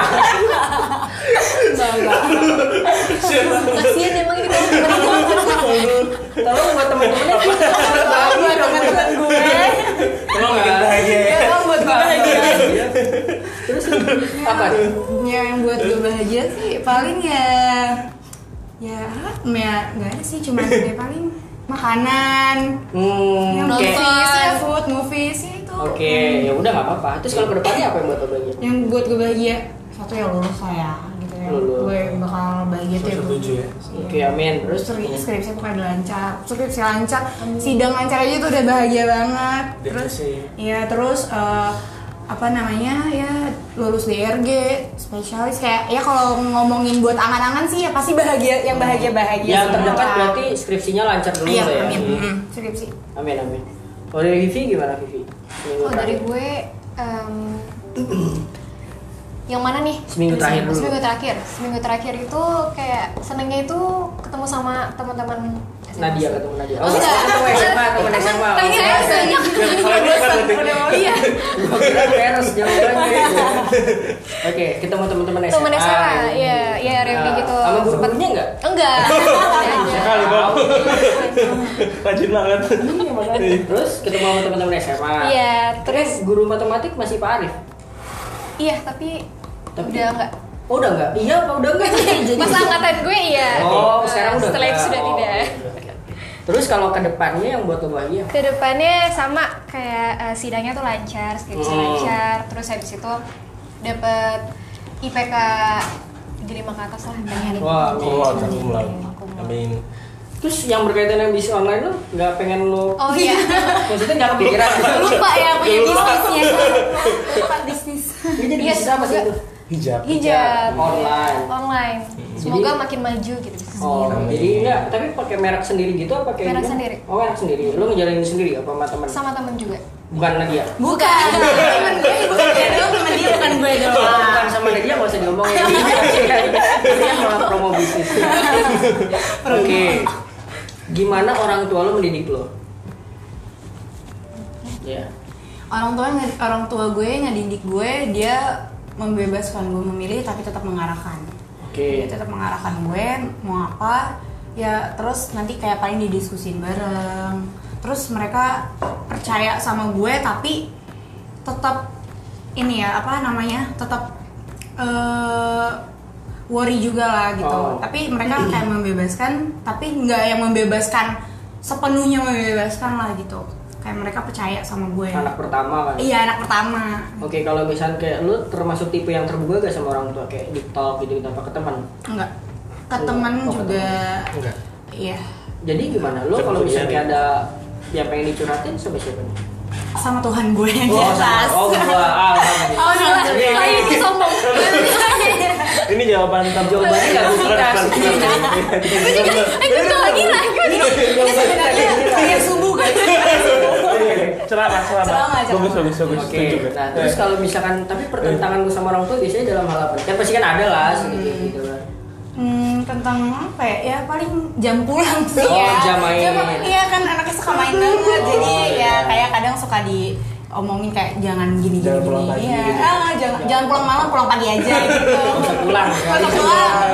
Kasian emang gitu. Tolong buat temen-temennya bahagia dong temen gue. Emang bikin bahagia ya? Emang buat gue bahagia. Terus apa? Ya yang buat gue bahagia sih paling ya nggak ada sih, cuma kayak paling makanan, yang Oke. movies, ya food, movies ya itu. Oke, ya udah nggak apa-apa. Terus kalau kedepannya apa yang buat lo bahagia? Yang buat gue bahagia satu ya lulus lah ya, gitu ya. Lulus. Gue bakal bahagia tuh. Setuju ya. Oke, amin. Terus Skripsi pokoknya udah lancar, skripsi lancar, sidang lancar aja tuh udah bahagia banget. Terus, iya terus apa namanya ya lulus DRG spesialis kayak ya kalau ngomongin buat angan-angan sih ya pasti bahagia, yang bahagia yang terdekat berarti skripsinya lancar dulu iya, ya. amin. Skripsi. Amin. Kalau dari Vivi gimana Vivi? Seminggu Oh dari terakhir. gue yang mana nih? Seminggu terakhir dulu. Seminggu terakhir itu kayak senengnya itu ketemu sama teman-teman SMA. Nadia ketemu Nadia. Oh, enggak. ketemu SMA, teman SMA. Temen saya banyak. Kalau ini kan berarti Iya. Gua kira beres jawabannya. Oke, ketemu teman-teman SMA. Temen SMA, iya reuni gitu. Sama guru-gurunya enggak? Enggak. sekali kok. Rajin banget. Terus ketemu sama teman-teman SMA. Iya, Terus guru matematik masih Pak Arif. Iya, tapi udah enggak. Oh, udah enggak? Iya apa udah enggak? Pas angkatan gue iya. Oh, sekarang udah Setelah itu enggak. sudah Oh, tidak. oke. Terus kalau ke depannya yang buat lo bahagia? Kedepannya sama kayak sidangnya tuh lancar, skripsi lancar, terus habis itu dapet IPK 5 ke atas lah. Wah, Amin. Terus yang berkaitan dengan bisnis online lo nggak pengen lo? Oh iya. Maksudnya nggak kepikiran? Lupa ya punya bisnisnya. Lupa bisnis. Ini jadi Iya, bisnis apa sih itu? Hijab. Online. Semoga Jadi- makin maju gitu bisnis. Oh, Amin. jadi enggak, tapi pakai merek sendiri gitu apa kayak Merek gimana? sendiri. Oh, merek sendiri. Lo ngejalanin sendiri apa sama teman? Sama temen juga. Bukan Nadia. Bukan. Temen gue bukan dia doang, temen dia bukan gue Oh, doang. bukan sama Nadia, nggak usah diomongin. Dia malah promo bisnis. Oke. Gimana orang tua lo mendidik lo? Ya. Orang tua gue ngedidik gue, dia membebaskan gue memilih tapi tetap mengarahkan. Dia Oke. tetap mengarahkan gue mau apa ya, terus nanti kayak paling didiskusin bareng, terus mereka percaya sama gue tapi tetap ini ya apa namanya tetap worry juga lah gitu. Oh. Tapi mereka kayak membebaskan tapi nggak yang membebaskan sepenuhnya, membebaskan lah gitu, kayak mereka percaya sama gue. Anak pertama kan? Iya, anak pertama. Oke, kalau misalnya kayak lu termasuk tipe yang terbuka gak sama orang tua kayak di talk gitu apa ke teman? Enggak. Ke teman Oh, ke juga. Enggak. Iya. Jadi gimana? Lu kalau Terbuka misalnya nih. ada yang pengen dicurhatin sama siapa nih? Sama Tuhan gue yang di Oh, atas. oh gua alhamdulillah. Oh, sama Tuhan. Oh ini sombong. Ini jawaban Jawabannya nggak bisa dikasih. Gue juga lagi lah. Kayak subuh kan. Ceramah. Ceramah. Bagus. Oke. Setuju. Nah, terus kalau misalkan tapi pertentangan lu sama orang tua biasanya dalam hal apa? Kan pasti kan ada lah sedikit gitu kan. Tentang apa ya? Ya paling jam pulang sih Oh, ya. jam main. Iya kan anaknya suka main banget. Jadi ya kayak kadang suka diomongin kayak jangan gini. Jangan pulang pagi Iya. gitu. Jangan pulang malam, pulang pagi aja gitu. Bisa pulang sekali. Bisa pulang.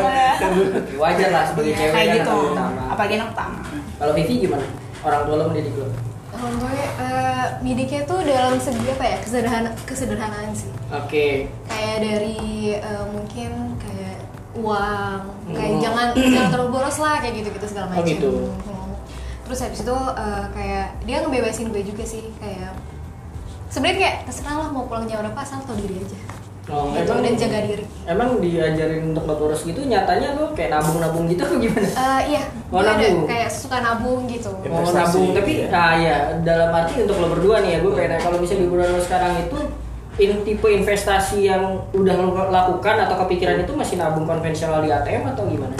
Wajar lah sebagai Iya, cewek kayak kan gitu. anak pertama. Apalagi anak pertama. Kalau Vivi gimana? Orang tua lo mendidik lo? Kalau gue didiknya tuh dalam segi apa ya, kesederhanaan sih. Oke. Kayak dari mungkin kayak uang, kayak jangan terlalu boros lah, kayak gitu-gitu segala macam. Oh gitu. Terus habis itu kayak dia ngebebasin gue juga sih, kayak sebenarnya kayak terserah lah mau pulang jam berapa, asal tau diri aja. Oh, gitu, dan jaga diri. Emang diajarin untuk nggak boros gitu, nyatanya lo kayak nabung-nabung gitu atau gimana? Iya, Oh, gue ada nabung. kayak suka nabung gitu. Mau nabung, tapi ya dalam arti untuk lo berdua nih ya, gue pengen kalau misalnya di bulan lo sekarang itu tipe investasi yang udah lo lakukan atau kepikiran itu masih nabung konvensional di ATM atau gimana?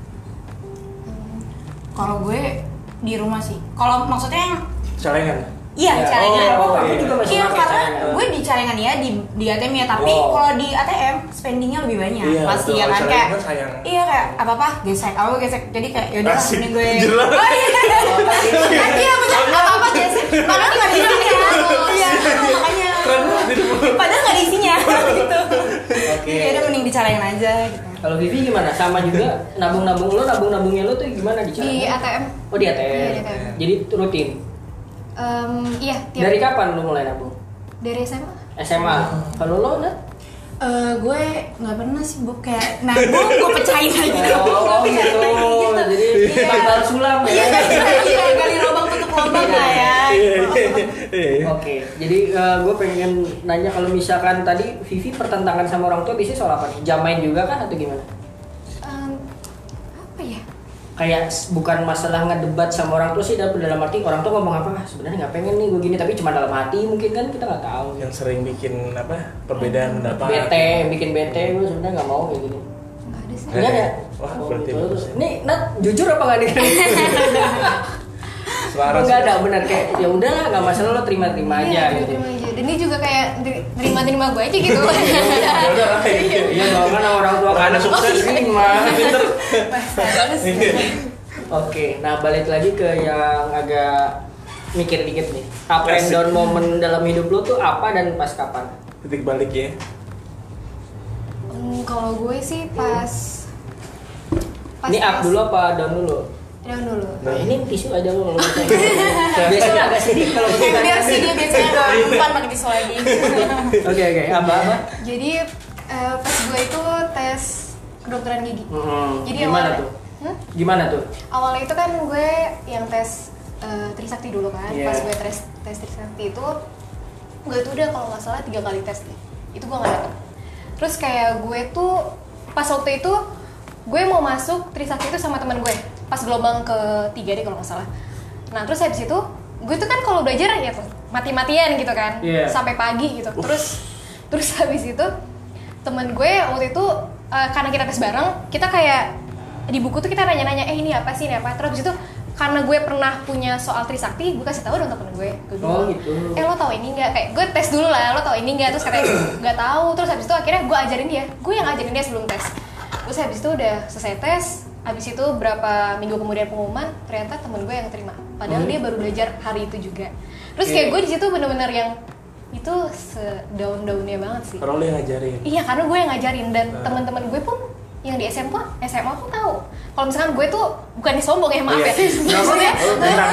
Kalau gue di rumah sih. Kalau maksudnya Celengan. iya, Ya. cadangan. Aku juga masih Iya, pakai karena cadangan. gue di cadangan ya di ATM ya, tapi Oh. kalau di ATM spendingnya lebih banyak. Iya, Pasti betul. ya kan Cadangan kayak kan sayang. iya kayak apa gesek. Apa gesek. Jadi kayak yaudah lah, Asik. mending gue Jelas. Oh iya. Iya, bener apa gesek. Padahal enggak di isinya. Iya, makanya. Padahal enggak di isinya gitu. Oke. Jadi udah mending di cadangan aja gitu. Kalau Vivi gimana? Sama juga nabung-nabung lo, nabung-nabungnya lo tuh gimana di Di cadangan? ATM. Oh di ATM. Iya, di ATM. Jadi rutin. Iya, tiap Dari kapan lo mulai nabung? dari SMA. SMA. Kalau lo Nat? Gue nggak pernah sih bu kayak nabung gue pecahin aja. Oh gitu. Jadi tambal sulam ya. Iya, gali lubang tutup lubang lah ya. Oke, jadi gue pengen nanya kalau misalkan tadi Vivi pertentangan sama orang tua biasanya soal apa nih? Jam main juga kan atau gimana? Apa ya? Kayak bukan masalah ngedebat sama orang tua sih, dalam arti orang tua ngomong apa, sebenarnya nggak pengen nih gue gini, tapi cuma dalam hati mungkin kan kita nggak tahu. Yang sering bikin apa? Perbedaan pendapat. Bete, yang bikin bete, gue sebenarnya nggak mau kayak gini. Enggak ada sih. Enggak ada. Wah, Oh, berarti gitu. bagus ya. Nih, Nat, jujur apa nggak nih? Selaras. Enggak ada, benar kayak ya udahlah, nggak masalah lo terima-terima aja Iya, gitu. terima aja. Dan dia juga kayak terima gue aja gitu. Ya udah lah. Iya dong, kan orang tua kan Anak sukses terima. Pinter. Oke, nah balik lagi ke yang agak mikir dikit nih. Up and Asik. down momen dalam hidup lo tuh apa dan pas kapan? Titik balik ya. Kalau gue sih pas Ini up dulu apa down dulu? Down dulu. Nah, ini tisu aja lo kalau misalnya. Biasanya agak sedih kalau kita. Biar sih dia biasanya nggak depan pakai tisu lagi. Oke, apa? Jadi pas gue itu tes kedokteran gigi. Jadi Gimana awalnya- tuh? Gimana tuh? Awalnya itu kan gue yang tes Trisakti dulu kan. Iya. Pas gue tes Trisakti itu gue tuh udah kalau nggak salah 3 kali tes deh. Itu gue nggak dapet. Terus kayak gue tuh pas waktu itu gue mau masuk Trisakti itu sama teman gue pas gelombang ke-3 deh kalau nggak salah. Nah terus habis itu gue tuh kan kalau belajar ya tuh mati-matian gitu kan, Iya. sampai pagi gitu. Terus habis itu teman gue waktu itu karena kita tes bareng, kita kayak di buku tuh kita nanya-nanya, ini apa sih, ini apa. Terus habis itu karena gue pernah punya soal Trisakti, gue kasih tahu dong temen gue. Oh, gitu. Lo tau ini nggak? Kayak gue tes dulu lah, lo tau ini nggak? Terus katanya nggak tahu. Terus habis itu akhirnya gue ajarin dia, gue yang ngajarin dia sebelum tes. Terus habis itu udah selesai tes, habis itu berapa minggu kemudian pengumuman, ternyata temen gue yang terima. Padahal dia baru belajar hari itu juga. Terus kayak gue di situ bener-bener yang itu sedaun-daunnya banget sih. Karena lo yang ngajarin. Iya, karena gue yang ngajarin dan teman-teman gue pun yang di SMA pun tahu. Kalau misalkan gue tuh bukan disombong ya, maaf ya. Maksudnya, Bintang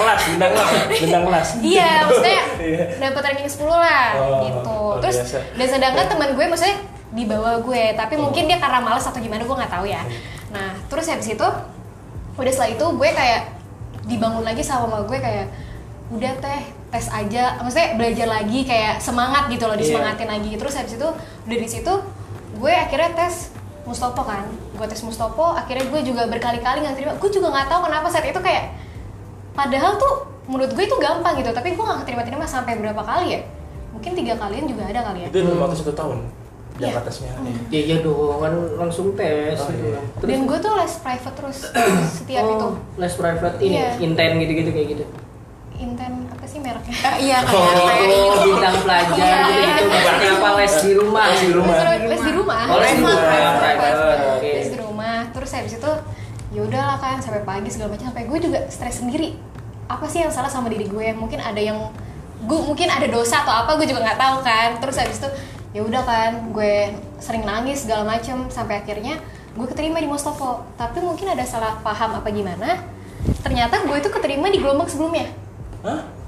kelas. iya, maksudnya Iya. dapat ranking 10 lah Oh, gitu. luar Terus biasa. dan sedangkan teman gue maksudnya di bawah gue, tapi mungkin dia karena malas atau gimana gue nggak tahu ya. Nah, terus habis itu udah setelah itu gue kayak dibangun lagi sama mama gue kayak udah tes aja, maksudnya belajar lagi kayak semangat gitu loh, disemangatin lagi. Terus habis itu udah di situ gue akhirnya tes Mustopo kan, gue tes Mustopo, akhirnya gue juga berkali-kali nggak terima. Gue juga nggak tahu kenapa saat itu kayak, padahal tuh menurut gue itu gampang gitu, tapi gue nggak terima sampai berapa kali ya? Mungkin 3 kalian juga ada kali ya. Itu dalam waktu 1 tahun. Iya. Jangka tesnya. Ya iya dong, kan langsung tes Oh, gitu. iya. Terus Dan gue tuh les private terus setiap itu. les private ini, Iya. inten gitu-gitu kayak gitu. Inten apa sih mereknya? Iya Oh, kayak bintang pelajar Iya. gitu-gitu. Berarti apa les di rumah? Les di rumah. Les di rumah. Oh, les di rumah. Private. Oke. Les di rumah. Terus habis itu ya udahlah kan sampai pagi segala macam, sampai gue juga stres sendiri. Apa sih yang salah sama diri gue? Mungkin ada yang gue mungkin ada dosa atau apa, gue juga nggak tahu kan. Terus habis itu ya udah kan gue sering nangis segala macam sampai akhirnya gue keterima di Mustopo. Tapi mungkin ada salah paham apa gimana. Ternyata gue itu keterima di gelombang sebelumnya. Hah?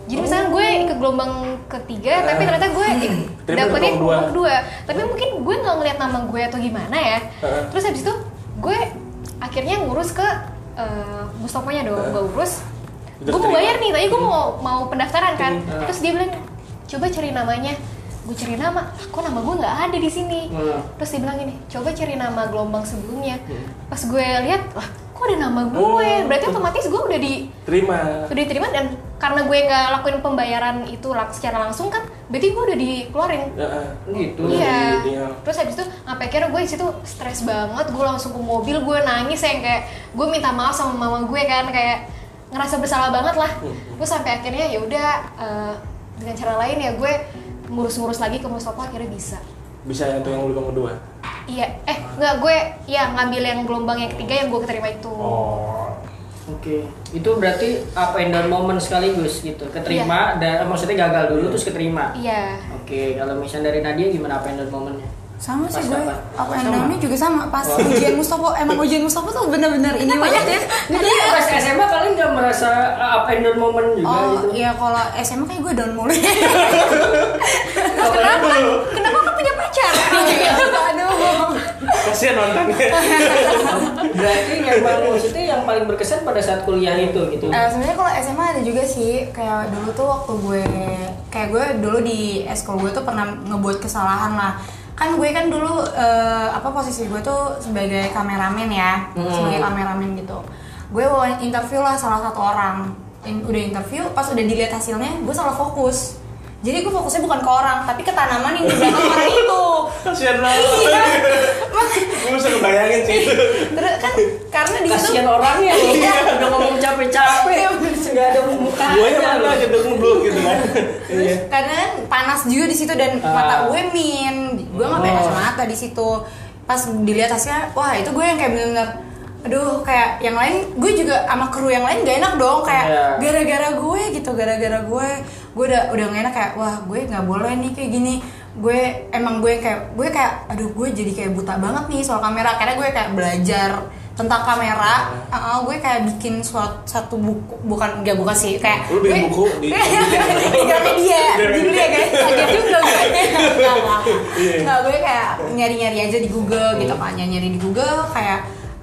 Jadi misalnya gue ikut gelombang ketiga, tapi ternyata gue dapetnya gelombang kedua. Tapi mungkin gue nggak ngeliat nama gue atau gimana ya. Terus habis itu gue akhirnya ngurus ke Mustofanya dong, gue urus. Gue mau bayar nih, tadi gue mau pendaftaran kan. Terus dia bilang, coba cari namanya. Gue cari nama, kok nama gue nggak ada di sini. Terus dia bilang gini, coba cari nama gelombang sebelumnya. Pas gue lihat, lah kok ada nama gue, berarti otomatis gue udah diterima dan karena gue nggak lakuin pembayaran itu secara langsung kan, berarti gue udah dikeluarin. Gitu. Iya. Terus habis itu sampai akhirnya gue di situ stres banget, gue langsung ke mobil, gue nangis yang kayak gue minta maaf sama mama gue kan, kayak ngerasa bersalah banget lah. Terus sampai akhirnya ya udah dengan cara lain ya gue ngurus-ngurus lagi ke Mustafa, akhirnya bisa untuk yang gelombang kedua. Iya, enggak, gue ya ngambil yang gelombang yang ketiga yang gue keterima itu. Oke. Itu berarti up and down moment sekaligus gitu. Keterima dan maksudnya gagal dulu terus keterima. Iya. Oke, kalau misalnya dari Nadia gimana up and down momennya? Sama sih gue, apa and down-nya juga sama. Pas ujian Mustafa, emang ujian Mustafa tuh bener-bener ini banget ya. Jadi pas SMA kalian nggak merasa up and down moment juga gitu? Iya, kalau SMA kayak gue down mulu. Kenapa kan punya pacar? Aduh. Kasihan nontonnya. Berarti memang maksudnya yang paling berkesan pada saat kuliah itu gitu? Sebenarnya kalau SMA ada juga sih, kayak dulu tuh waktu gue dulu di eskul gue tuh pernah ngebuat kesalahan lah. Kan gue kan dulu posisi gue tuh sebagai kameramen ya, sebagai kameramen gitu. Gue interview lah salah satu orang, udah interview, pas udah dilihat hasilnya gue salah fokus. Jadi gue fokusnya bukan ke orang, tapi ke tanaman yang di belakang orang itu. Kasian banget. Iya. Gue bisa kebayangin sih. Terus kan karena di situ kasian orangnya loh, udah ngomong capek-capek, nggak ada muka. Gue yang mana gitu ngeblok gitu kan. Terus karena panas juga di situ dan mata gue gue nggak pakai kacamata di situ. Pas dilihat hasilnya, wah itu gue yang kayak bener-bener, aduh kayak yang lain, gue juga sama kru yang lain gak enak dong, kayak gara-gara gue gitu, gara-gara gue udah gak enak, kayak wah gue nggak boleh nih kayak gini. Gue kayak aduh gue jadi kayak buta banget nih soal kamera, karena gue kayak belajar tentang kamera. Gue kayak bikin satu buku, bukan sih, kayak lu bikin buku di Gramedia dibeli ya guys, kaget juga gue. Nggak, gue kayak nyari-nyari aja di Google gitu kan, nyari di Google kayak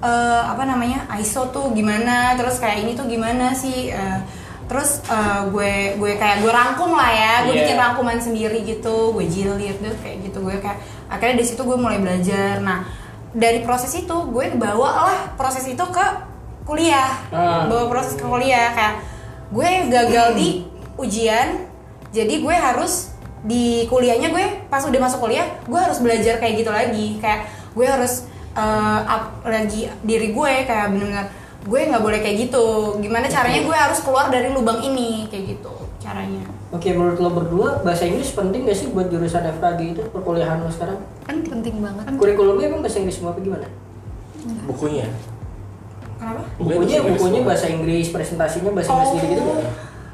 ISO tuh gimana, terus kayak ini tuh gimana sih, terus gue rangkum lah ya, gue bikin rangkuman sendiri gitu, gue jilid tuh kayak gitu. Gue kayak akhirnya di situ gue mulai belajar. Nah dari proses itu gue bawa lah proses itu ke kuliah, bawa proses ke kuliah. Kayak gue gagal di ujian, jadi gue harus di kuliahnya, gue pas udah masuk kuliah gue harus belajar kayak gitu lagi, kayak gue harus up lagi diri gue, kayak bener-bener gue nggak boleh kayak gitu. Gimana caranya gue harus keluar dari lubang ini, kayak gitu caranya. Oke, menurut lo berdua bahasa Inggris penting gak sih buat jurusan FKG itu, perkuliahan lo sekarang? Penting banget. Kurikulumnya emang bahasa Inggris semua apa gimana? Bukunya. Kenapa? Bukunya bahasa Inggris, presentasinya bahasa Inggris gitu kan?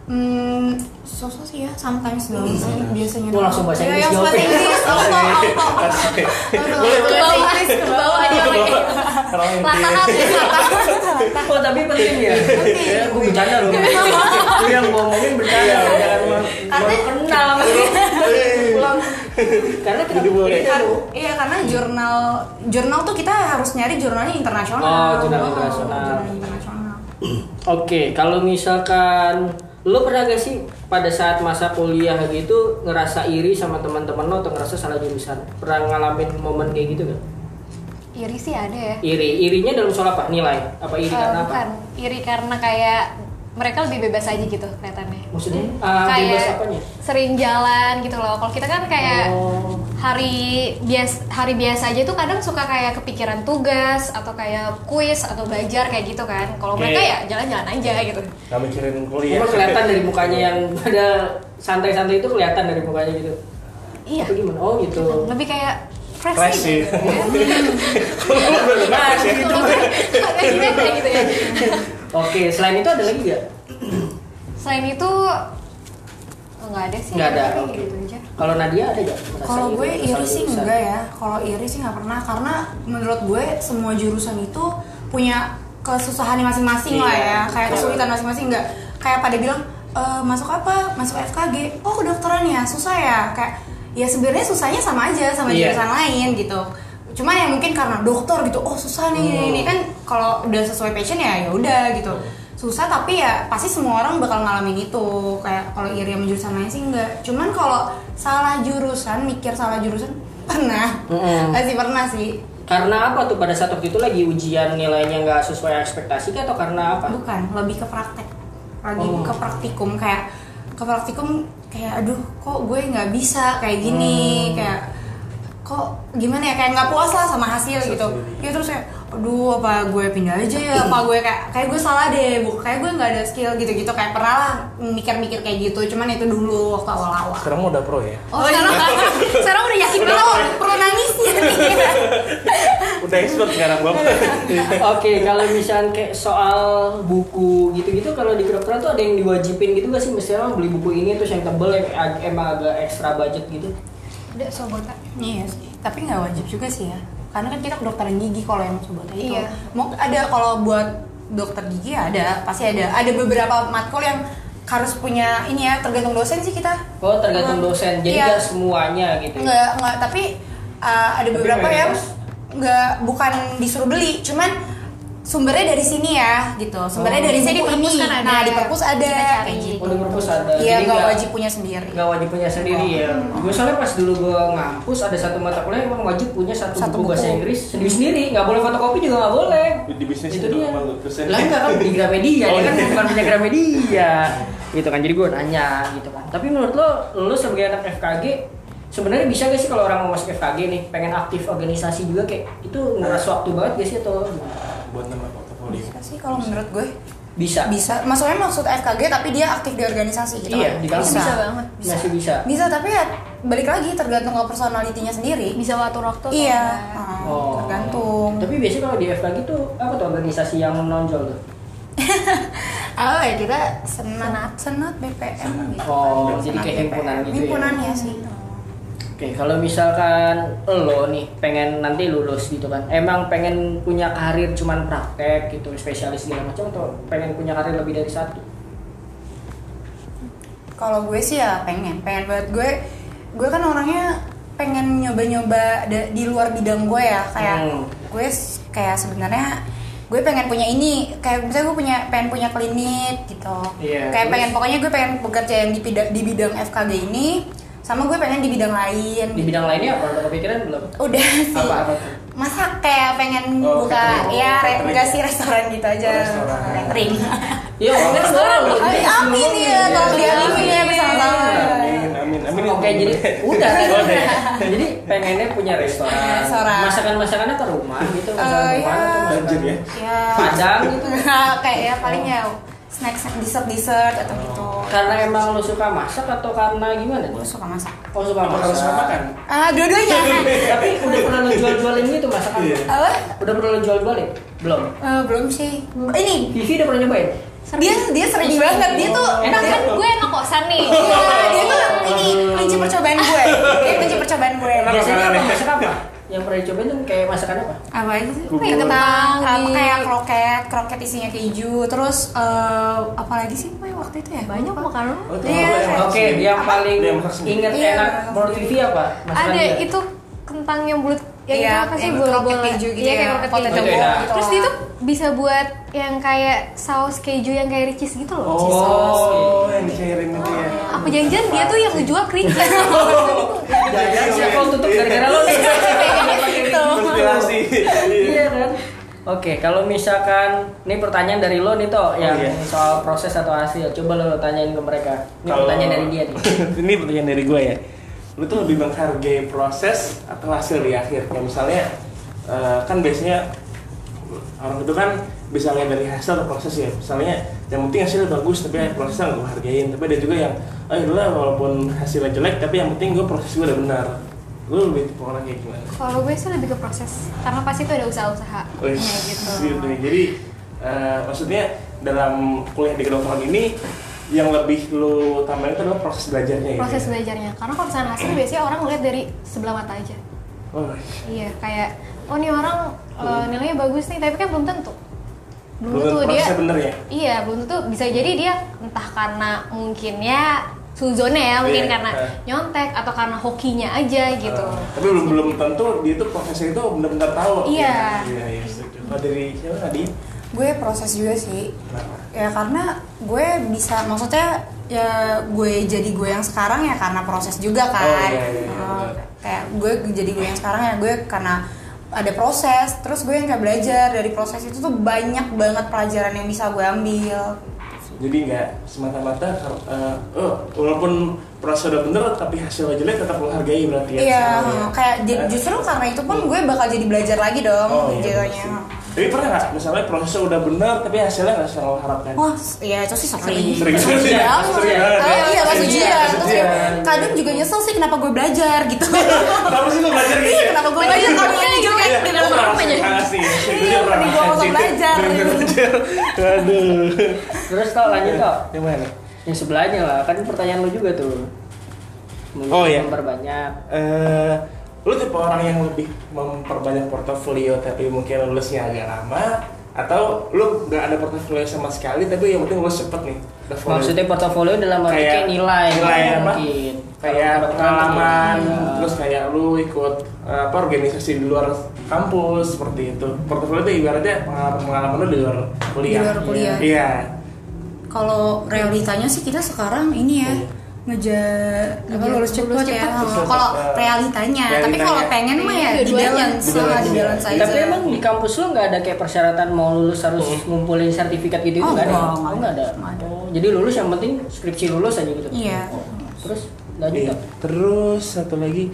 Sosok sih ya, sometimes doang sih biasanya. Mau langsung bahasa Inggris jawab. Bahasa Inggris, Ke bawah aja pakai. Oh tapi penting ya? Ya, gue bercanda loh. Gue yang ngomongin bercanda, jangan baru kenal. Karena kita iya, karena jurnal tuh kita harus nyari jurnalnya internasional. Jurnal internasional. Oke, kalau misalkan lo pernah gak sih pada saat masa kuliah gitu ngerasa iri sama teman-teman lo atau ngerasa salah jurusan? Pernah ngalamin momen kayak gitu gak? Iri sih ada ya. Irinya dalam soal apa? Nilai? Apa iri karena apa? Bukan, iri karena kayak mereka lebih bebas aja gitu kelihatannya. Maksudnya? Kayak Bebas apanya? sering jalan gitu loh. Kalau kita kan kayak hari biasa aja tuh kadang suka kayak kepikiran tugas atau kayak kuis atau belajar kayak gitu kan. Kalau mereka ya jalan-jalan aja gitu. Gak mikirin kuliah. Emang kelihatan dari mukanya yang pada santai-santai itu kelihatan dari mukanya gitu? Iya. Atau gimana? Oh gitu. Lebih kayak fresh sih. Kayak gitu ya. Oke, selain itu ada lagi gak? Selain itu nggak ada sih. Nggak ada. Kayak Oke. gitu aja. Kalau Nadia ada gak? Kalau gue iri sih enggak ya. Kalau iri sih nggak pernah, karena menurut gue semua jurusan itu punya kesusahannya masing-masing lah ya. Kayak kesulitan masing-masing, nggak kayak pada bilang masuk apa? Masuk FKG. Oh, kedokteran ya, susah ya. Kayak ya sebenarnya susahnya sama aja sama jurusan lain gitu. Cuman ya mungkin karena dokter gitu, oh susah nih ini kan kalau udah sesuai passion ya udah gitu. Susah tapi ya pasti semua orang bakal ngalamin itu. Kayak kalau iri sama jurusan lain sih enggak. Cuman kalau salah jurusan, mikir salah jurusan pernah. Masih pernah sih. Karena apa tuh pada saat waktu itu lagi ujian nilainya nggak sesuai ekspektasi atau karena apa? Bukan, lebih ke praktek. Ke praktikum kayak aduh kok gue nggak bisa kayak gini, kayak kok gimana ya, kayak nggak puas lah sama hasil gitu. Ya terus kayak aduh apa gue pindah aja ya, apa gue kayak gue salah deh, kayak gue nggak ada skill gitu-gitu. Kayak pernah lah mikir-mikir kayak gitu, cuman itu dulu waktu awal-awal. Sekarang udah pro ya? Oh sekarang udah yakin pro nangisnya nih. Udah expert sekarang Bob. Oke, kalau misalnya kayak soal buku gitu-gitu, kalau di kedokteran tuh ada yang diwajibin gitu gak sih? Misalnya beli buku ini terus yang tebel yang emang agak ekstra budget gitu? Ada Sobota. Iya sih, tapi nggak wajib juga sih ya. Karena kan kita kedokteran gigi kalau yang Sobota itu. Iya. Mau ada kalau buat dokter gigi ada, pasti ada. Ada beberapa matkul yang harus punya ini ya, tergantung dosen sih kita. Oh, tergantung dosen. Jadi nggak semuanya gitu. Nggak, tapi ada beberapa yang bukan disuruh beli, cuman sumbernya dari sini ya gitu. Sumbernya dari sini ini. Kan ada. Nah, di perpus ada kayak gitu. Oh, di perpus ada. Iya, Jadi nggak wajib punya sendiri. Nggak wajib punya sendiri ya. Gue soalnya pas dulu gue ngampus ada satu mata kuliah emang wajib punya satu buku bahasa Inggris sendiri. Nggak boleh fotokopi juga nggak boleh. Di bisnis itu dia. dosen. Lah nggak kan di Gramedia, ya kan bukan punya Gramedia. Gitu kan. Jadi gue nanya gitu kan. Tapi menurut lo sebagai anak FKG sebenarnya bisa gak sih kalau orang mau masuk FKG nih pengen aktif organisasi juga kayak itu ngeras waktu banget gak sih atau buat nama portofolio? Bisa sih kalau menurut gue. Bisa. Maksudnya maksud FKG tapi dia aktif di organisasi gitu. Iya, di kampus Bisa banget. masih bisa. Bisa, tapi ya balik lagi tergantung ke personalitinya sendiri. Bisa waktu-waktu. Iya. Oh. Tergantung. Tapi biasanya kalau di FKG tuh apa tuh organisasi yang menonjol tuh? Ya kita senat BPM gitu. Oh, Senat jadi kayak BPM. himpunan gitu ya? Himpunan ya sih. Oke, kalau misalkan lo nih pengen nanti lulus gitu kan, emang pengen punya karir cuman praktek gitu, spesialis segala macam atau pengen punya karir lebih dari satu? Kalau gue sih ya pengen banget. Gue kan orangnya pengen nyoba-nyoba di luar bidang gue ya, kayak gue kayak sebenarnya gue pengen punya ini, kayak misalnya gue pengen punya klinik gitu. Iya, Kayak terus? pokoknya gue pengen bekerja yang di bidang FKG ini, sama gue pengen di bidang lain. Di bidang lainnya apa? Udah kepikiran belum? Udah sih. Apa tuh? Masak, kayak pengen buka catering. ya Catering. enggak sih restoran gitu aja. Restoran. Catering. Iya, restoran. Amin ya kalau dia amin ya bersama-sama. Amin. Oke, jadi udah kan. Jadi pengennya punya restoran. Masakan-masakannya ke rumah gitu, masakan Ya. rumah atau Banjir ya? Ya. Padang gitu. Kayak ya paling ya snack dessert atau gitu. Karena emang lo suka masak atau karena gimana? Gue suka masak. Oh, suka Apa harus masak. makan? Dua-duanya. Tapi udah pernah lo jual-jualin gitu masakan? Iya. Apa? Udah pernah lo jual-jualin? Belum. Belum sih. Ini Vivi udah pernah nyobain? dia sering banget. Dia tuh Kan gue anak kosan nih. dia tuh ini kunci percobaan gue. Dia kunci percobaan gue. Biasanya apa? Masak apa? Yang pernah dicobain tuh kayak masakan apa? Apa itu sih? Bubur. Kentang, Ubi. kayak kroket isinya keju. Terus apa lagi sih waktu itu ya? Banyak makanan. Oh, itu Iya. apa yang Oke, yang paling Dia masak sendiri. inget Iya. enak menurut Vivi apa? Masakan Ada dia? itu kentang yang bulat yang Iya, itu apa sih yang bola-bola kroket keju gitu iya ya, kayak kroket potato keju. ball gitu. Terus dia tuh bisa buat yang kayak saus keju yang kayak ricis gitu loh. Oh, yang dicairin itu ya. Apa janjian dia tuh yang ngejual ricis. Jangan siapa yang tutup gara-gara lo nih. Gitu. Konspirasi. Iya kan? Oke, kalau misalkan ini pertanyaan dari lo nih toh yang iya. soal proses atau hasil, coba lo tanyain ke mereka. Ini Kalau- pertanyaan dari dia nih. Ini pertanyaan dari gue ya. Lu tuh lebih menghargai proses atau hasil di akhir? Kayak misalnya kan biasanya orang itu kan bisa lihat dari hasil atau proses ya. Misalnya yang penting hasilnya bagus tapi prosesnya nggak gue hargain. Tapi ada juga yang lah walaupun hasilnya jelek tapi yang penting gue proses gue udah benar. Lu lebih tipe orang kayak gimana? Kalau gue sih lebih ke proses karena pasti itu ada usaha-usaha. Wih, Kayak gitu. Jadi maksudnya dalam kuliah di kedokteran ini yang lebih lu tambahin itu adalah proses belajarnya gitu Proses ya? belajarnya. Karena kalau misalnya hasil biasanya orang ngeliat dari sebelah mata aja. Oh, Iya, kayak oh nih orang nilainya bagus nih, tapi kan belum tentu. dulu tuh dia prosesnya bener ya. Iya, belum tuh bisa jadi dia entah karena mungkin ya suzone ya, mungkin Iya, karena nyontek atau karena hokinya aja gitu. Tapi belum tentu dia tuh prosesnya itu benar-benar tahu. Iya. Iya, setuju. Kalau dari siapa tadi? Gue proses juga sih. Kenapa? Ya karena gue bisa, maksudnya ya gue jadi gue yang sekarang ya karena proses juga kan. Kayak gue jadi gue yang sekarang ya gue karena ada proses. Terus gue yang kayak belajar dari proses itu tuh banyak banget pelajaran yang bisa gue ambil. Jadi nggak semata-mata walaupun proses udah bener tapi hasilnya jelek tetap menghargai berarti ya. Iya, kayak justru karena itu pun gue bakal jadi belajar lagi dong jadinya. Tapi pernah nggak misalnya prosesnya udah bener tapi hasilnya nggak sesuai yang harapkan? Wah, iya itu sih sering. Sering. Iya, pas ujian. Kadang juga nyesel sih kenapa gue belajar gitu. Kenapa sih lo belajar gitu? Iya, kenapa gue belajar kalau ini juga di dalam rumahnya. Iya, mending gue nggak usah belajar. Aduh. Terus tau lanjut tau Yang mana? yang sebelahnya lah, kan pertanyaan lu juga tuh. Oh, iya. Memperbanyak. Lu tipe orang yang lebih memperbanyak portofolio tapi mungkin lulusnya agak lama, atau lu nggak ada portofolio sama sekali tapi yang penting lulus cepet nih? Maksudnya portofolio dalam arti kayak nilai apa? mungkin. Kayak pengalaman, terus kayak lu ikut organisasi di luar kampus seperti itu. Portofolio itu ibaratnya pengalaman lu di luar kuliah. Di luar kuliah. Iya. Kalau realitanya sih kita sekarang ini ya ngejar lulus cepet ya. Kalau realitanya, tapi kalau pengen mah ya di balance aja. Tapi emang di kampus lu nggak ada kayak persyaratan mau lulus harus ngumpulin sertifikat gitu itu nggak ada? Nggak ada. Jadi lulus yang penting skripsi lulus aja gitu. Iya. Terus lanjut. Terus satu lagi,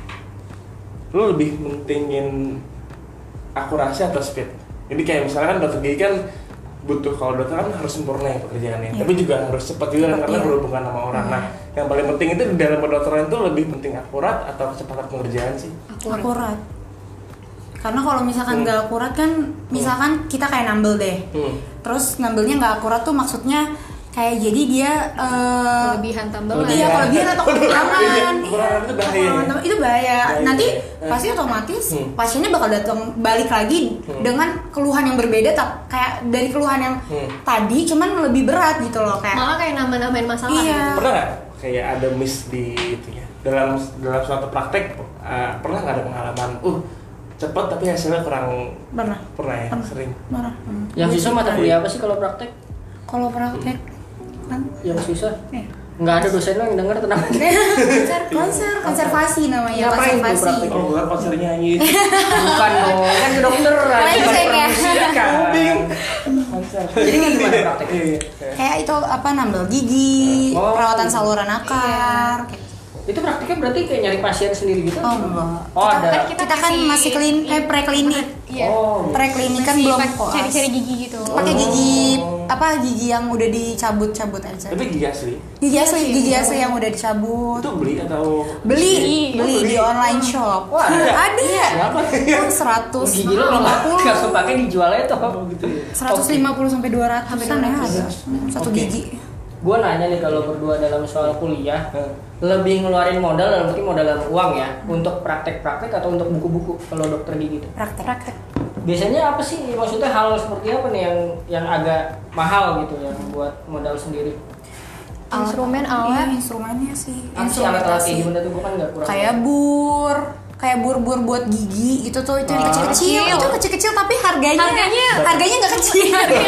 lu lebih mentingin akurasi atau speed? Jadi kayak misalkan dokter gigi kan butuh, kalau dokter kan harus sempurna ya pekerjaannya, tapi juga harus cepat juga karena berhubungan sama orang. Nah, yang paling penting itu di dalam kedokteran itu lebih penting akurat atau kecepatan pengerjaan sih? Akurat. Karena kalau misalkan nggak akurat kan, misalkan kita kayak nambel deh, terus nambelnya nggak akurat tuh maksudnya kayak jadi dia Kelebihan tambahan. Iya, kelebihan atau kekurangan. Itu bahaya. Itu bahaya. Nanti pasti otomatis pasiennya bakal datang balik lagi dengan keluhan yang berbeda, kayak dari keluhan yang tadi cuman lebih berat gitu loh, kayak Malah kayak nambah-nambahin masalah. Iya. Pernah nggak kayak ada miss di itu ya dalam suatu praktek? Pernah nggak ada pengalaman cepat tapi hasilnya kurang? Pernah ya? Sering. Marah. Yang susah mata kuliah apa sih kalau praktek? Kalau praktek kan Yang susah? Nggak ada dosen lo yang denger, tenang aja. konservasi namanya. Ngapain tuh Konservasi. praktek? Oh, bukan konser nyanyi. Bukan dong, kan ke dokter Jadi gimana prakteknya? Kayak itu apa, nambel gigi, Oh, perawatan gitu. saluran akar. Itu praktiknya berarti kayak nyari pasien sendiri gitu? Oh enggak. Oh, ada. Kita kan masih preklinik. Iya. Preklinik kan Masih belum pakai cari-cari gigi gitu. Pakai gigi yang udah dicabut-cabut aja. Tapi gigi asli? Gigi asli yang udah dicabut. Itu beli atau? Beli di online shop. Wah, ada. Berapa? 100. Gigi lo kalau nggak kepake dijualnya tuh. Gitu ya? 150 sampai 200-an ya ada. Satu gigi. Gue nanya nih, kalau berdua dalam soal kuliah, lebih ngeluarin modal dalam arti modal dalam uang ya, untuk praktek-praktek atau untuk buku-buku kalau dokter gigi itu? Praktek. Biasanya apa sih, maksudnya hal seperti apa nih yang agak mahal gitu yang buat modal sendiri? Instrumen, alat. Iya, instrumennya sih. Apa sih alat-alat kayak gimana tuh, gue kan nggak kurang. Kayak bur buat gigi itu tuh, itu yang kecil-kecil. Itu kecil-kecil tapi harganya nggak kecil.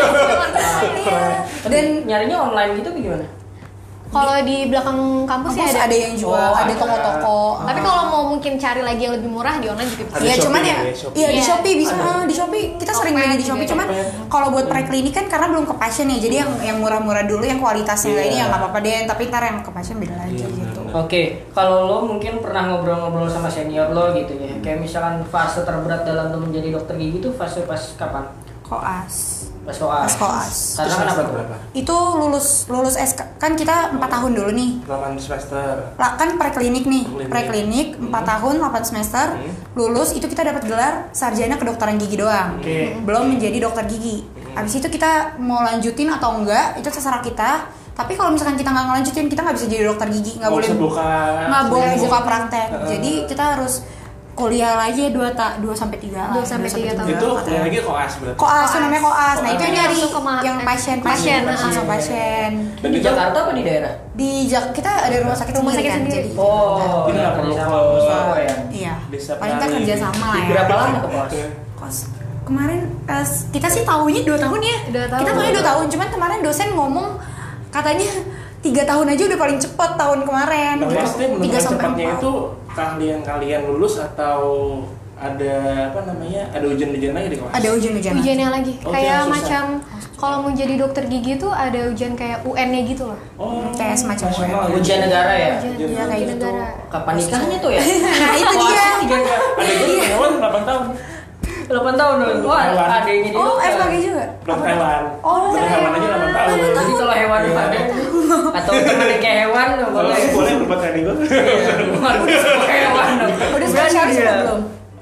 Dan nyarinya online gitu gimana? Kalau di belakang kampus ya ada yang jual, ada toko-toko. Tapi kalau mau mungkin cari lagi yang lebih murah di online juga bisa. Iya, cuman ya, iya di Iya. Shopee bisa. Di Shopee kita sering beli di Shopee. Cuman kalau buat preklinik kan karena belum ke pasien ya, jadi yang murah-murah dulu, yang kualitasnya ini ya nggak apa-apa deh. Tapi ntar yang ke pasien beda lagi gitu. Oke, kalau lo mungkin pernah ngobrol-ngobrol sama senior lo gitu ya, kayak misalkan fase terberat dalam lo menjadi dokter gigi itu fase pas kapan? Koas. Pas koas. Karena kenapa tuh? Itu lulus SK kan kita 4 tahun dulu nih. 8 semester. Kan preklinik nih. Preklinik 4 tahun 8 semester. Lulus itu kita dapat gelar sarjana kedokteran gigi doang. Belum menjadi dokter gigi. Habis itu kita mau lanjutin atau enggak itu terserah kita. Tapi kalau misalkan kita nggak ngelanjutin, kita nggak bisa jadi dokter gigi, nggak boleh buka praktek. Jadi kita harus kuliah lagi 2 sampai 3 2 sampai 3 tahun. Itu kuliah lagi koas berarti. Koas itu namanya koas. Nah, Koas. itu nyari Masuk ke yang pasien. pasien. pasien. Dan di Jakarta apa di daerah? Kita ada rumah sakit sendiri kan. sendiri. Jadi Oh, Jadi nggak perlu sama ke- Surabaya ya. iya. Bisa Paling kita kali. kerja sama lah ya. Berapa lama tuh kos? Kos kemarin kita sih tahunya 2 tahun ya. 2 tahun. Kita tahunya 2 tahun, cuman kemarin dosen ngomong katanya 3 tahun aja udah paling cepet tahun kemarin. Nah, maksudnya menentukan 3 sampai cepatnya 4. itu keahlian kalian lulus atau ada apa namanya? Ada ujian-ujian lagi di kelas? Ada ujian-ujian. Ujiannya lagi. Oh, Kayak yang susah. macam kalau mau jadi dokter gigi tuh ada ujian kayak UN-nya gitu loh. Oh, Kayak semacam nasional ya? Ujian negara ya? Ujian Iya, kayak gitu. negara. Kapan nikahnya tuh ya? Nah, itu Wah, dia. tiga enggak. Ada gue hewan 8 tahun. 8 tahun dong. Wah, Hewan. adanya di Oh, dokter. FKG juga. Dokter hewan. Oh, Dokter hewan aja 8 tahun. Jadi kalau hewan ada atau temen kayak hewan boleh. Boleh berbuat tadi gue. Waduh, semua hewan dong. Udah spesialis Berani apa ya? belum?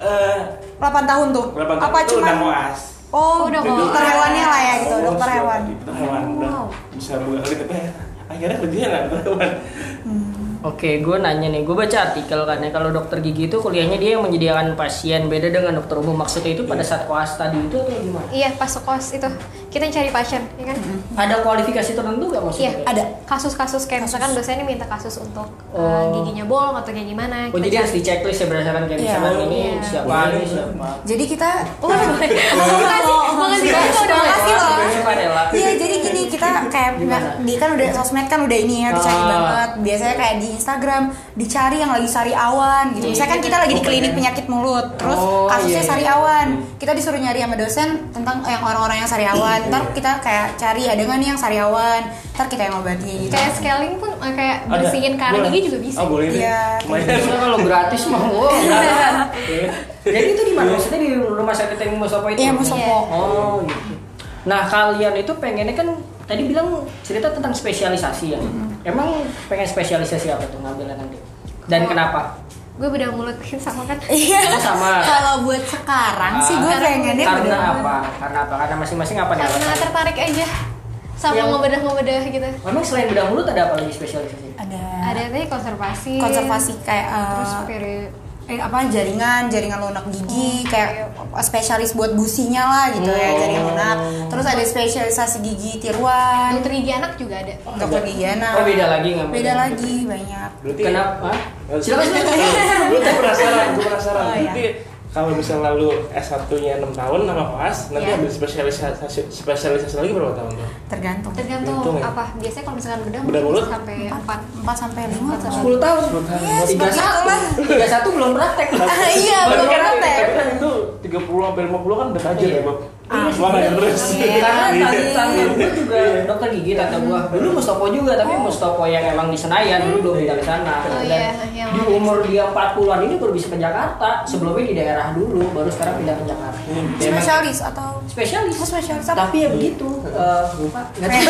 8 tahun tuh. 8 tahun Apa itu cuma udah koas. Oh, Udah dokter koas. hewannya lah ya gitu, Oh, dokter siap. hewan. Dokter hewan udah Wow. bisa buka kali tapi akhirnya kerjanya nggak dokter hewan. Oke, gue nanya nih, gue baca artikel kan ya kalau dokter gigi itu kuliahnya dia yang menyediakan pasien, beda dengan dokter umum. Maksudnya itu pada saat koas tadi itu atau gimana? Iya, pas kos itu kita yang cari pasien, ya kan? Ada kualifikasi tertentu gak maksudnya? Iya, Ada. Kasus-kasus kayak misalkan dosennya minta kasus untuk Oh. giginya bolong atau kayak gimana. Oh, kita jadi cari. harus di checklist ya berdasarkan kayak Iya. misalkan ini Iya. siapa ini siapa. Jadi kita Makasih banget udah Makasih loh. Suka rela. Iya, jadi gini kita kayak Gimana? di kan udah sosmed kan udah ini ya, dicari Ah. banget. Biasanya kayak di Instagram dicari yang lagi sariawan gitu. Misalkan kita lagi di klinik penyakit mulut, terus Oh, kasusnya iya. sariawan. Kita disuruh nyari sama dosen tentang yang orang-orang yang sariawan. Ntar kita kayak cari ada nggak nih yang sariawan. Ntar kita yang obati gitu. Kayak scaling pun kayak Ada. bersihin kari Boleh. gigi juga bisa. Oh boleh deh. Iya. Lumayan. Maksudnya kalau gratis mah wow. Jadi itu di mana? Maksudnya di rumah sakit yang Mustopo itu? Iya, Mustopo. Oh gitu. Nah kalian itu pengennya kan tadi bilang cerita tentang spesialisasi ya. Emang pengen spesialisasi apa tuh ngambilnya nanti? Dan kenapa? Gue bedah mulut sama kan. Iya. Sama. Kalau buat sekarang sih gue pengennya Karena bener-bener. apa? Karena apa? Karena masing-masing apa nih? Karena alasannya? tertarik aja sama Yang- ngebedah-ngebedah gitu. Emang selain bedah mulut ada apa lagi spesialisasi? Ada tadi konservasi. konservasi kayak Terus peri apa jaringan lunak gigi kayak spesialis buat businya lah gitu ya jaringan lunak. Terus ada spesialisasi gigi tiruan, dokter gigi anak juga ada. dokter gigi anak. Oh beda lagi nggak? Beda lagi banyak. Berarti Kenapa? Silakan silakan. Gue tuh penasaran, gue penasaran. Oh, iya. Jadi kalau misalnya lu S1-nya 6 tahun sama koas, nanti Iya. ambil spesialisasi lagi berapa tahun tuh? Tergantung. Tergantung Betul ya? apa. Biasanya kalau misalkan bedah Bedah mulut? sampai 4. 4 sampai 5 atau 10 tahun. 10 tahun. 31 belum praktek loh. Iya, belum kan, praktek. tapi kan itu 30 sampai 50 kan udah tajir Iya. ya, Bob. Ah, Makanya terus. Karena tante gue juga dokter gigi tante gue dulu Mustopo juga tapi Mustopo yang emang di Senayan dulu belum pindah ke sana. Oh, Dan iya, yang di mana? umur dia 40-an ini baru bisa ke Jakarta. Sebelumnya di daerah dulu baru sekarang pindah ke Jakarta. Ya, emang Spesialis atau spesialis. Oh, spesialis apa? Tapi ya begitu. Nggak tahu.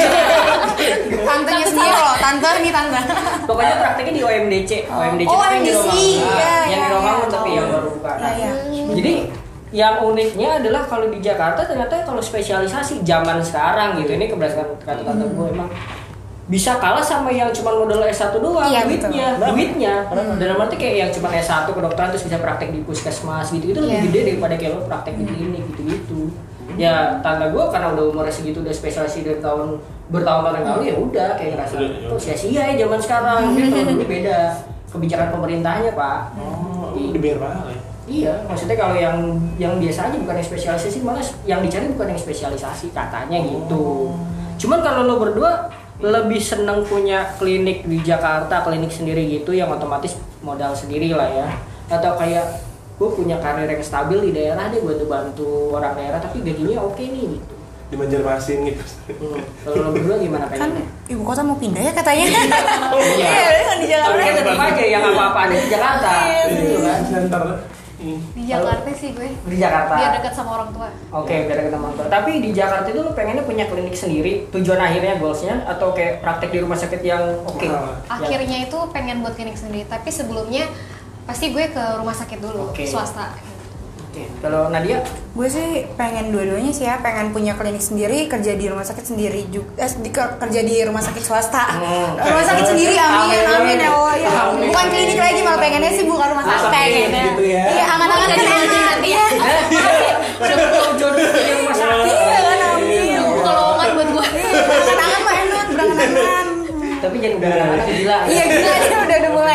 tantenya sendiri loh, tante nih tante. Pokoknya prakteknya di OMDC. OMDC Oh, tapi yang di OMDC. Romangun. Nah, Iya, yang di iya, Romangun iya. tapi yang baru buka. Iya, iya. Jadi yang uniknya adalah kalau di Jakarta ternyata kalau spesialisasi zaman sekarang gitu ini berdasarkan kata-kata gue emang bisa kalah sama yang cuma modal S1 doang Iya, duitnya dalam arti kayak yang cuma S1 kedokteran terus bisa praktek di puskesmas gitu itu lebih Iya. gede daripada kayak lo praktek di klinik gitu ya tangga gue karena udah umurnya segitu udah spesialisasi dari tahun bertahun-tahun yang lalu ya udah kayak ngerasa oh sia-sia ya zaman sekarang gitu kalau dulu beda kebijakan pemerintahnya pak. Oh, dibayar mahal ya. Iya, maksudnya kalau yang biasa aja bukan yang spesialisasi, malah yang dicari bukan yang spesialisasi katanya gitu. Cuman kalau lo berdua lebih seneng punya klinik di Jakarta, klinik sendiri gitu yang otomatis modal sendiri lah ya. Atau kayak gue punya karir yang stabil di daerah deh, gue tuh bantu orang daerah tapi gajinya oke nih gitu. Di Banjarmasin gitu. Kalau lo berdua gimana Kan pengennya? ibu kota mau pindah ya katanya. Oh iya. Kan di Jakarta. Tapi kan tetap aja yang apa-apa ada di Jakarta. Gitu kan. Center. Di Jakarta sih gue. Di Jakarta. Biar dekat sama orang tua. Oke, biar kita mantau. Tapi di Jakarta itu lu pengennya punya klinik sendiri, tujuan akhirnya goalsnya atau kayak praktek di rumah sakit yang oke? Akhirnya itu pengen buat klinik sendiri, tapi sebelumnya pasti gue ke rumah sakit dulu, Oke. swasta. Oke. Kalau Nadia? Gue sih pengen dua-duanya sih ya, pengen punya klinik sendiri, kerja di rumah sakit sendiri juga, kerja di rumah sakit swasta, rumah sakit sendiri, amin ya Allah ya. Bukan klinik lagi, malah pengennya sih bukan rumah sakit, pengennya. Gitu ya. Iya, angan-angan kan enak. Iya. Jodoh di rumah sakit. Iya kan, amin. Bukan lowongan buat gue. Angan-angan mah enak, berangan-angan. Tapi jangan berangan gila. Iya gila, dia udah mulai.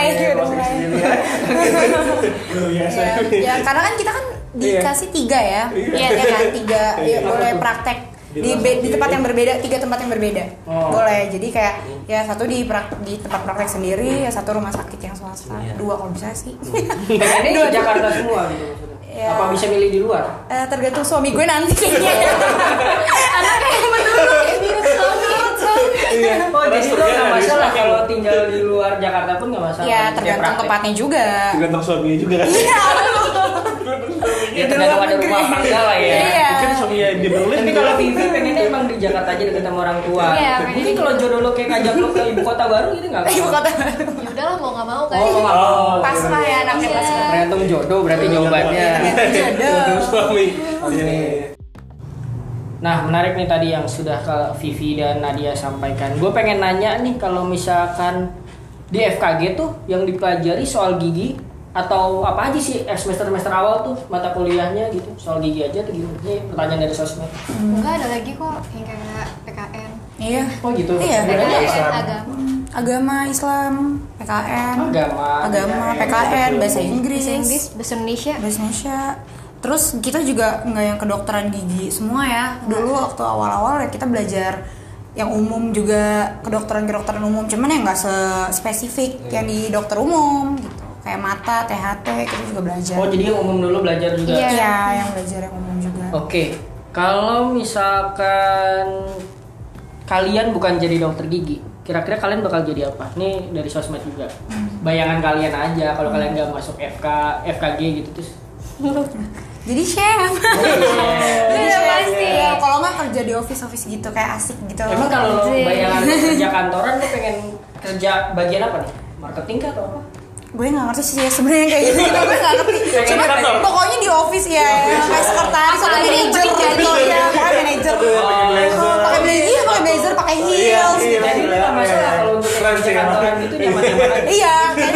Biasa. Ya, karena kan kita kan dikasih 3 ya. Iya kan, 3 ya, boleh praktek di tempat yang berbeda, 3 tempat yang berbeda. Boleh. Jadi kayak ya satu di tempat praktek sendiri, ya satu rumah sakit yang swasta. 2 kalau bisa sih. Pengennya di Jakarta semua gitu maksudnya. Ya. Apa bisa milih di luar? Tergantung suami gue nanti kayaknya. Anak kayak menurut Oh, jadi lo nggak masalah kalau tinggal di luar Jakarta pun nggak masalah. Ya tergantung tempatnya juga. Tergantung suaminya juga kan. Iya. Ya tergantung ada rumah apa enggak lah ya. Iya. Mungkin suaminya di Berlin. Tapi kalau Vivi pengennya emang di Jakarta aja deket sama orang tua. Iya, Mungkin kalau jodoh lo kayak ngajak lo ke ibu kota baru gitu nggak apa-apa. Ibu kota. Ya udahlah mau nggak mau kan. Pas lah ya anaknya pas. Tergantung jodoh berarti jawabannya. Tergantung suami. Nah, menarik nih tadi yang sudah Vivi dan Nadia sampaikan. Gue pengen nanya nih, kalau misalkan di FKG tuh yang dipelajari soal gigi atau apa aja sih semester awal tuh mata kuliahnya gitu, soal gigi aja tuh gitu. Ini pertanyaan dari sosmed. Enggak, ada lagi kok yang kayak PKN. Iya. Oh gitu. Iya. Sebenarnya PKN Islam. agama. Agama Islam, PKN. Agama, PKN, bahasa Inggris, Bahasa Indonesia. bahasa Indonesia. Terus kita juga nggak yang kedokteran gigi semua ya. Dulu waktu awal-awal ya kita belajar yang umum juga, kedokteran umum, cuman yang nggak spesifik yang di dokter umum gitu. Kayak mata, THT kita juga belajar. Oh, jadi yang umum dulu belajar juga. Iya. Iya, yang belajar yang umum juga. Oke. Kalau misalkan kalian bukan jadi dokter gigi, kira-kira kalian bakal jadi apa? Nih dari sosmed juga. Bayangan kalian aja kalau kalian nggak masuk FKG gitu terus. Jadi chef. Udah pasti. Ya, kalau nggak kerja di office gitu kayak asik gitu. Emang kalau lo bayangan kerja kantoran lo pengen kerja bagian apa nih? Marketing kah atau apa? Gue nggak ngerti sih ya sebenarnya kayak gitu. Gue nggak ngerti. Pengen Cuma kantor? pokoknya di office ya, kayak sekretaris atau manajer gitu ya. Pokoknya manajer. Pakai blazer, pakai heels. Jadi lo nggak masalah kalau untuk kerja kantoran gitu nyaman-nyaman aja. Iya,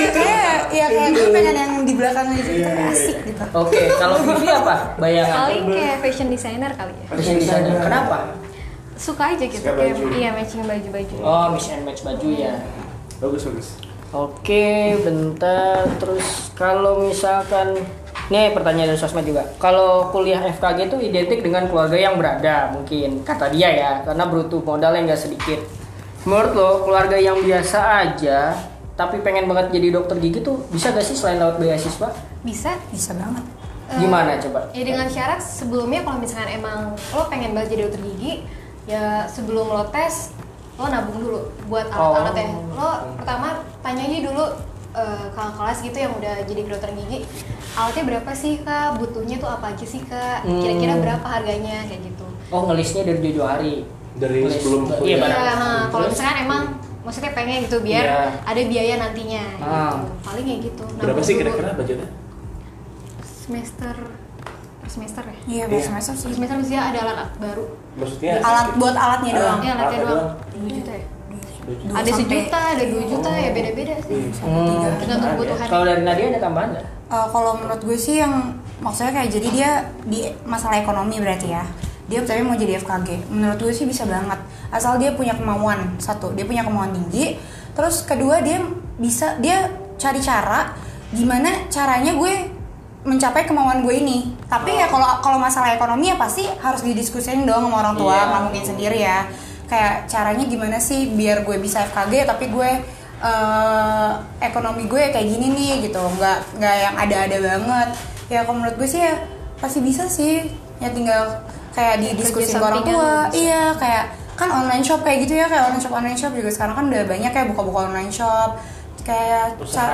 kayak gue pengen yang di belakang gitu kayak asik gitu. Oke, kalau Vivi apa bayangan? Paling kayak fashion designer kali ya. Fashion designer. Kenapa? Suka aja gitu Suka kayak baju. iya matching baju-baju. Oh, mix and match baju ya. Bagus. Oke, bentar. Terus kalau misalkan nih pertanyaan dari sosmed juga. Kalau kuliah FKG itu identik dengan keluarga yang berada, mungkin kata dia ya, karena butuh modal yang nggak sedikit. Menurut lo, keluarga yang biasa aja tapi pengen banget jadi dokter gigi tuh bisa gak sih selain lewat beasiswa? Bisa banget. Gimana coba? Ya dengan syarat sebelumnya kalau misalkan emang lo pengen banget jadi dokter gigi, ya sebelum lo tes lo nabung dulu buat alat-alatnya. Lo pertama tanya aja dulu kakak kelas gitu yang udah jadi dokter gigi, alatnya berapa sih kak, butuhnya tuh apa aja sih kak, kira-kira berapa harganya kayak gitu. Oh, ngelisnya dari jauh hari. Dari sebelum Iya, kuliah. barang. Iya, kalau Terus? misalkan emang maksudnya pengen gitu biar Iya. ada biaya nantinya gitu. Paling kayak gitu. Berapa Nabung sih dulu. kira-kira budgetnya? semester ya? Iya, semester sih. Semester bisa ada alat baru. Maksudnya Buat alatnya doang. Iya, alatnya alatnya doang. 2 juta ya? Dua Ada sampai- 1 juta, ada 2 juta ya beda-beda sih. Tergantung kebutuhan. Kalau dari Nadia ada tambahan nggak? Kalau menurut gue sih yang maksudnya kayak jadi dia di masalah ekonomi berarti ya. Dia tapi mau jadi FKG. Menurut gue sih bisa banget. Asal dia punya kemauan. Satu, dia punya kemauan tinggi. Terus kedua dia cari cara gimana caranya gue mencapai kemauan gue ini. Tapi ya kalau masalah ekonomi ya pasti harus didiskusin dong sama orang tua, Iya. nggak mungkin sendiri ya. Kayak caranya gimana sih biar gue bisa FKG tapi gue ekonomi gue kayak gini nih gitu, nggak yang ada-ada banget. Ya kalau menurut gue sih ya pasti bisa sih, ya tinggal kayak didiskusin ke orang tua. Iya, kayak kan online shop kayak gitu ya, kayak online shop juga sekarang kan udah banyak kayak buka-buka online shop. Kayak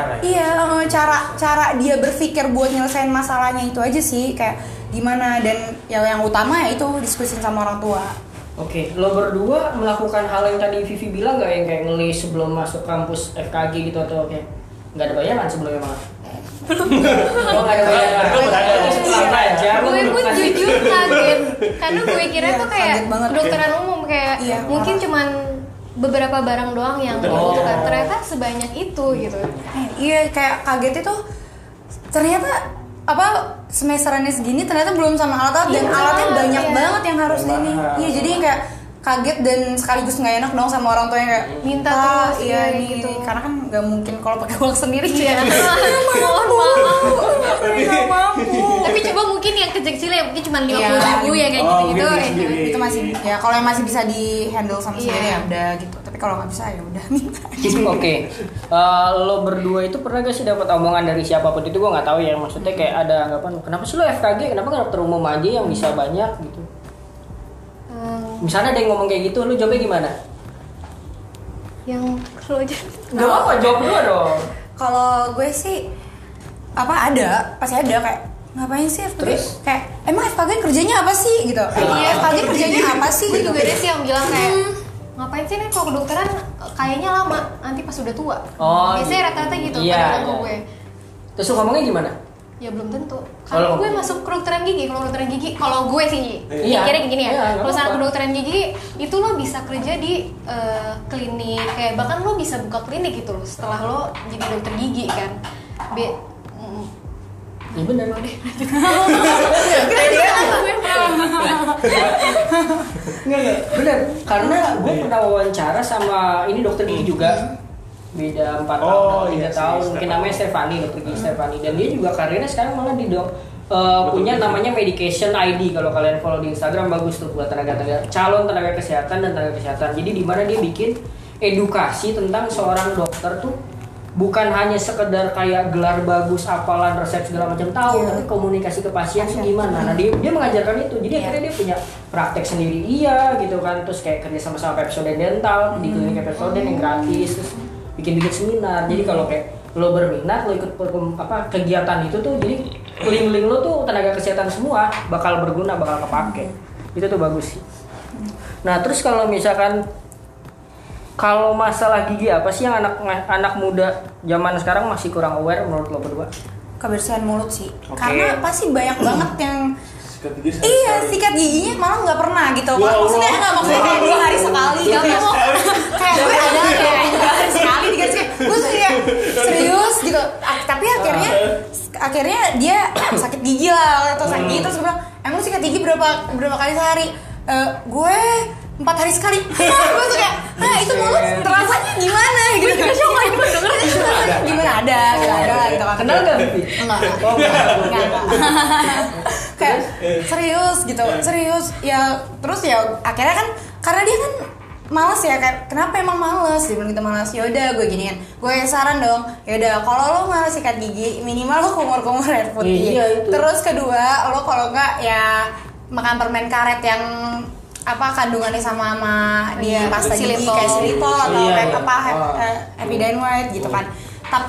cara dia berpikir buat nyelesain masalahnya itu aja sih, kayak gimana. Dan yang utama ya itu diskusin sama orang tua. Oke, lo berdua melakukan hal yang tadi Vivi bilang nggak, yang kayak ngelis sebelum masuk kampus FKG gitu, atau kayak nggak ada bayangan sebelumnya malah? Oh nggak ada bayaran. Itu berada. Setelah aja. Gue pun jujur kaget karena gue kira tuh kayak kaget banget. kedokteran umum kayak Iya, mungkin cuman beberapa barang doang yang Betul. gitu kan, ternyata sebanyak itu gitu. Iya, kayak kaget itu ternyata apa semesterannya segini ternyata belum sama alat-alat dan Iya, alatnya banyak iya. banget yang harus Mahal. ini. Iya, jadi kayak kaget dan sekaligus nggak enak dong sama orang tua yang kayak Minta "Pak, terus, iya iya, ini gitu." karena kan nggak mungkin kalau pakai uang sendiri Iya. ya. Mohon maaf. Nggak mampu. Tapi coba mungkin yang kecil-kecil ya mungkin cuma 50.000 Iya. ya kayak Oh, gitu-gitu. mungkin Eh, sendiri. Itu masih ya kalau yang masih bisa di handle sama Iya. sendiri ya udah gitu. Tapi kalau nggak bisa ya udah minta. Oke, lo berdua itu pernah gak sih dapat omongan dari siapapun itu gue nggak tahu ya, maksudnya kayak ada anggapan kenapa sih lo FKG, kenapa nggak dokter umum aja yang bisa banyak gitu. Misalnya ada yang ngomong kayak gitu, lo jawabnya gimana? yang lo aja. Gak apa, jawab dulu dong. Kalau gue sih apa ada pasti ada kayak ngapain sih FKG? Terus? Kayak emang FKG kerjanya apa sih gitu? Iya FKG kerjanya apa sih Gue gitu? juga ada sih yang bilang kayak ngapain sih nih kalau kedokteran kayaknya lama nanti pas udah tua. Oh, Biasanya gitu. rata-rata gitu Iya, pada iya. gue. Terus lo ngomongnya gimana? Ya belum tentu. Kalau- Kalau gue masuk kedokteran gigi, kalau kedokteran gigi, kalau gue sih Iya. mikirnya kayak gini ya. Iya, nggak Kalau saat apa-apa. kedokteran gigi itu lo bisa kerja di klinik, kayak bahkan lo bisa buka klinik gitu loh setelah lo jadi dokter gigi kan. Iya benar deh. Enggak, benar. Karena gue pernah wawancara sama ini dokter gigi juga. Beda 4 tahun, Oh, 3 iya sih, tahun. Mungkin Stefani. namanya Stefani, dokter gigi Stefani. Dan dia juga karirnya sekarang malah di punya namanya Medication ID. Kalau kalian follow di Instagram bagus tuh buat calon tenaga kesehatan dan tenaga kesehatan. Jadi di mana dia bikin edukasi tentang seorang dokter tuh bukan hanya sekedar kayak gelar bagus, hafalan, resep segala macam tahu, Iya. tapi komunikasi ke pasien tuh gimana. Nah, dia mengajarkan itu. Jadi Iya. akhirnya dia punya praktek sendiri gitu kan. Terus kayak kerja sama Pepsodent Dental di klinik Pepsodent yang gratis. Terus bikin seminar. Jadi kalau kayak lo berminat, lo ikut kegiatan itu tuh, jadi link-link lo tuh tenaga kesehatan semua bakal berguna, bakal kepake. Itu tuh bagus sih. Nah, terus kalau misalkan kalau masalah gigi apa sih yang anak muda zaman sekarang masih kurang aware menurut lo berdua? Kebersihan mulut sih. Oke. Karena pasti banyak banget yang Sikat gigi sekali. iya sikat giginya malah nggak pernah gitu. Ya Allah. Maksudnya nggak maksudnya kayak 2 hari sekali Iya, gitu. Kayak gue ada kayak 2 hari sekali 3 hari sekali. Gue tuh kayak serius gitu. Tapi akhirnya dia sakit gigi lah atau sakit gigi terus gue bilang emang sikat gigi berapa kali sehari? Gue 4 hari sekali. Gue tuh kayak, nah itu mulut rasanya gimana gitu. Gimana ada lah gitu kan. Kenal nggak, Vivi? Enggak. Oh, Enggak. Kayak serius gitu, serius. Ya terus ya akhirnya kan karena dia kan malas ya kayak kenapa emang malas dia bilang gitu malas ya udah gue giniin gue saran dong ya udah kalau lo malas sikat gigi minimal lo kumur air putih Iya, itu. terus kedua lo kalau enggak ya makan permen karet yang apa kandungannya sama di Iya, pasta gigi xylitol. kayak xylitol atau Iya, kayak iya. apa Oh. Epidyne White gitu kan tapi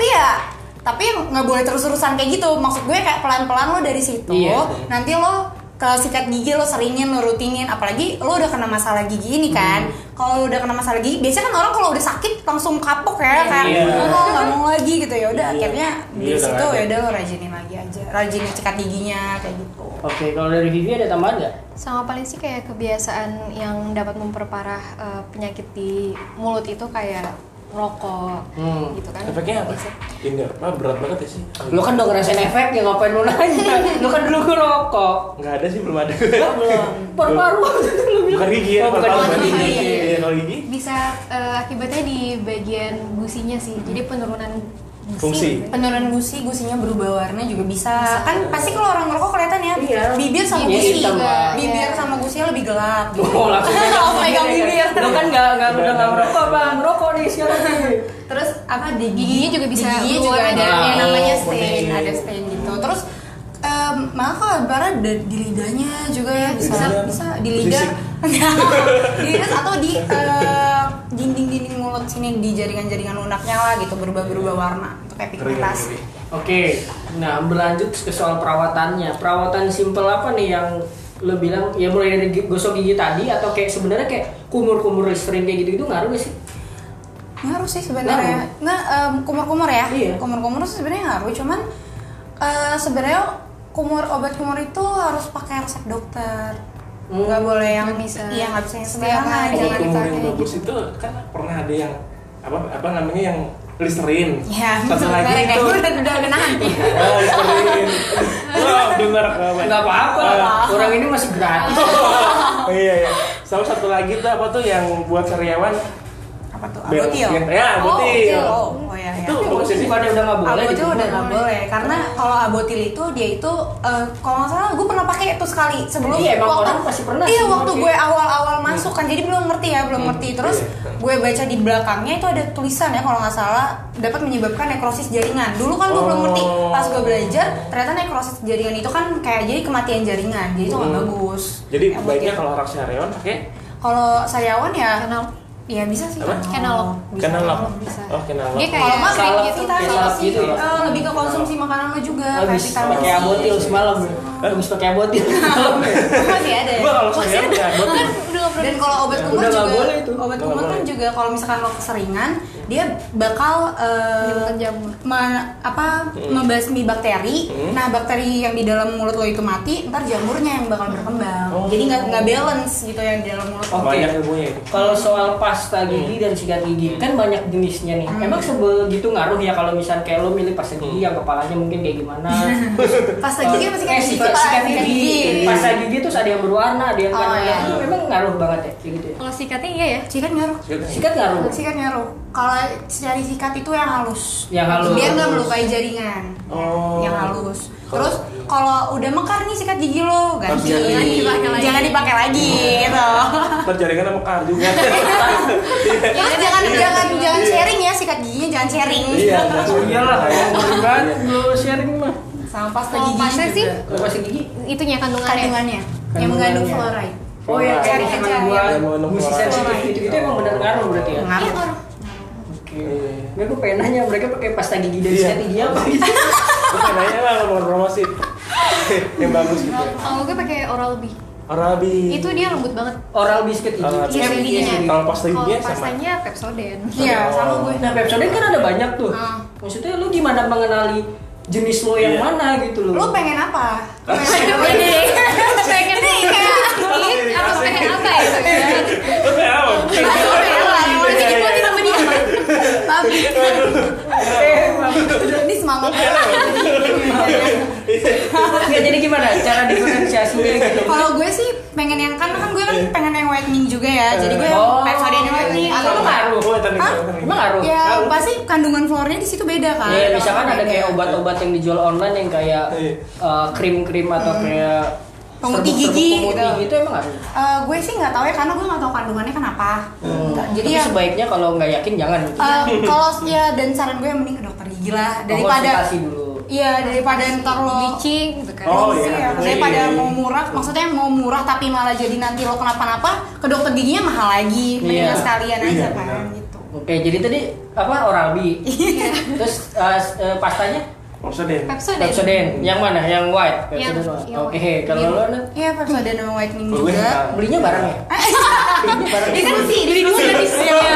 nggak boleh terus-terusan kayak gitu maksud gue kayak pelan-pelan lo dari situ Iya. nanti lo ke sikat gigi lo seringin lo rutinin apalagi lo udah kena masalah gigi ini kan kalau lo udah kena masalah gigi biasanya kan orang kalau udah sakit langsung kapok ya kayak Iya. oh nggak mau lagi gitu ya udah Iya. akhirnya di Iya, situ udah ya ada. udah lo rajinin lagi aja rajinin sikat giginya kayak gitu. Oke, kalau dari Vivi ada tambahan nggak? Sama paling sih kayak kebiasaan yang dapat memperparah penyakit di mulut itu kayak rokok gitu kan. Efeknya apa? Ini apa berat banget ya sih? Lo kan udah ngerasain efek ya ngapain lo nanya? Lo kan dulu ngerokok. Nggak ada sih, belum ada. Paru-paru. Bukan gigi ya, Oh, bukan paru-paru. gigi. Iya, kalau gigi Bisa akibatnya di bagian gusinya sih. Jadi penurunan Fungsi. Penurunan gusinya berubah warna juga bisa. Kan pasti kalau orang ngerokok kelihatan ya. Iya. Bibir sama Iya, gusi. hitam, Pak. Bibir sama gusinya lebih gelap. Oh, langsung Oh, pegang bibir. Lo kan udah nggak merokok apa? Ngerokok nih sekarang nih. Terus apa di Giginya juga bisa di giginya juga berwarna. ada yang namanya Oh, stain, kuning. ada stain gitu. Terus malah kalau lebaran di lidahnya juga ya bisa di lidah. Di lidah atau di dinding-dinding mulut sini di jaringan-jaringan lunaknya lah gitu berubah warna itu kayak pigmentasi. Oke, nah berlanjut ke soal perawatannya. Perawatan simpel apa nih yang lo bilang? Ya mulai dari gosok gigi tadi atau kayak sebenarnya kayak kumur-kumur Listerine kayak gitu-gitu ngaruh gak sih? Ngaruh sih sebenarnya. Nggak kumur-kumur ya. Iya. Kumur-kumur sih sebenarnya ngaruh, cuman Sebenarnya obat kumur itu harus pakai resep dokter. Nggak boleh yang Nggak bisa. Iya, nggak bisa yang Setiap sembarangan. hari. Obat Jangan kumur yang dipakai. bagus itu kan pernah ada yang apa namanya yang Listerin. Ya, Satu lagi merek itu udah nanti. oh, Listerin. Wah, dengar kawan. Nggak apa-apa, orang ini masih gratis. Oh, iya. Sama satu lagi tuh apa tuh yang buat karyawan Apa tuh? Bel- Abotil. Ya, Abotil. Oh ya. Itu Itu bagus sih. pada udah nggak boleh. Abotil gitu. udah nggak boleh karena kalau Abotil itu dia itu kalau nggak salah gue pernah pakai itu sekali sebelum Iya, emang orang pasti pernah iya sih waktu pakai. gue awal masuk kan jadi belum ngerti terus gue baca di belakangnya itu ada tulisan ya kalau nggak salah dapat menyebabkan nekrosis jaringan. Dulu kan gue belum ngerti, pas gue belajar ternyata nekrosis jaringan itu kan kayak jadi kematian jaringan, jadi itu nggak bagus. Jadi Abotil. baiknya kalau orang sariawan pakai Kalau sariawan ya Kenal. ya bisa sih. Apa? Oh, Kenalog. bisa. kenalog. Bisa. Oh, kenalog. Dia kayak Kalau mah Salep kayak tuh, kita kayak sama salep sih gitu ya? lebih ke konsumsi makanan lo juga kayak Habis vitamin pakai C. Abotil semalam. Habis pakai Abotil. Masih ada ya? Gua kalau sariawan ya Abotil. Dan kalau obat kumur Udah nggak juga, boleh itu. obat Nggak kumur kan boleh. juga kalau misalkan lo keseringan, dia bakal Menimbulkan jamur. membasmi bakteri. Nah bakteri yang di dalam mulut lo itu mati, ntar jamurnya yang bakal berkembang. Oh. Jadi nggak balance gitu ya di dalam mulut. Oke. Banyak ilmunya ini. Kalau soal pasta gigi dan sikat gigi kan banyak jenisnya nih. Emang sebegitu ngaruh ya kalau misalnya kayak lo milih pasta gigi yang kepalanya mungkin kayak gimana? Pasta gigi apa sikat gigi? Sikat gigi. Pasta gigi terus ada yang berwarna, ada yang Oh, warna. iya. Itu memang ngaruh banget ya kayak gitu ya. Kalau sikatnya iya ya. Sikat ngaruh. Sikat ngaruh. Sikat ngaruh. Kalau cari sikat itu yang halus. Yang halus. Biar nggak melukai jaringan. Oh. Yang halus. Terus kalau udah mekar nih sikat gigi lo ganti. Jangan dipakai lagi. Jangan dipakai lagi gitu. Ntar jaringan mekar juga. Jangan sharing ya sikat giginya jangan sharing. Iya, Oh iyalah, ngeri banget lo sharing mah. Sama pasta Kalau gigi pasta juga. sih Kalau pasta gigi itunya kandungannya. Kandungannya yang mengandung fluoride. oh ya Cari kayak aja, buat yang mengandung gusi fluoride. sensitif gitu-gitu emang benar ngaruh berarti ya. Ngaruh. Iya ngaruh. Oke. Gue aku pengen nanya mereka pakai pasta gigi dan Iya. sikat gigi apa gitu. Bukan nanya lah mau promosi. Yang bagus gitu. Kalau gue pakai Oral B. Arabi. Itu dia lembut banget. Oral biscuit gigi. Oral Iya, giginya. Kalau pasta Kalau giginya sama. pastanya Pepsodent. Iya, sama gue. Nah, Pepsodent kan ada banyak tuh. Maksudnya lu gimana mengenali jenis lo yang Iya. mana gitu loh? Lu pengen apa? Pengen nih kayak apa pengen apa itu ya? Oke, apa? Ini semangat. Nggak, jadi gimana cara diferensiasinya gitu? Kalau gue sih pengen yang kan gue kan pengen yang whitening juga ya. Jadi gue yang Oh, Pepsodent yang whitening. atau lu ngaruh? Oh, tadi Hah? tadi. Emang ngaruh? Ya pasti kandungan fluornya di situ beda kan. Ya, misalkan ada Beda. kayak obat-obat yang dijual online yang kayak Iya. krim-krim atau kayak Pemutih serbuk-serbuk gigi pemutih gitu. gitu emang ngaruh? Gue sih nggak tahu ya karena gue nggak tahu kandungannya kenapa. Jadi Tapi ya sebaiknya kalau nggak yakin jangan gitu. kalau ya dan saran gue yang mending ke dokter gigi lah daripada Konsultasi dulu. iya daripada ntar lo Bleaching gitu kan. Oh, iya, iya. daripada Iya. mau murah, maksudnya mau murah tapi malah jadi nanti lo kenapa-napa ke dokter giginya mahal lagi, mendingan Iya. sekalian Iya, aja benar. kan gitu. Oke, jadi tadi apa Oral B? Terus pastanya Pepsodent. Pepsodent. Pepsodent. Yang mana? Yang white. Yang- Pepsodent white. yang Oke, white. kalau lo Nat? Iya, Pepsodent sama whitening Boleh. juga. belinya bareng ya? Belinya bareng. Ini kan sih beli dulu gratis.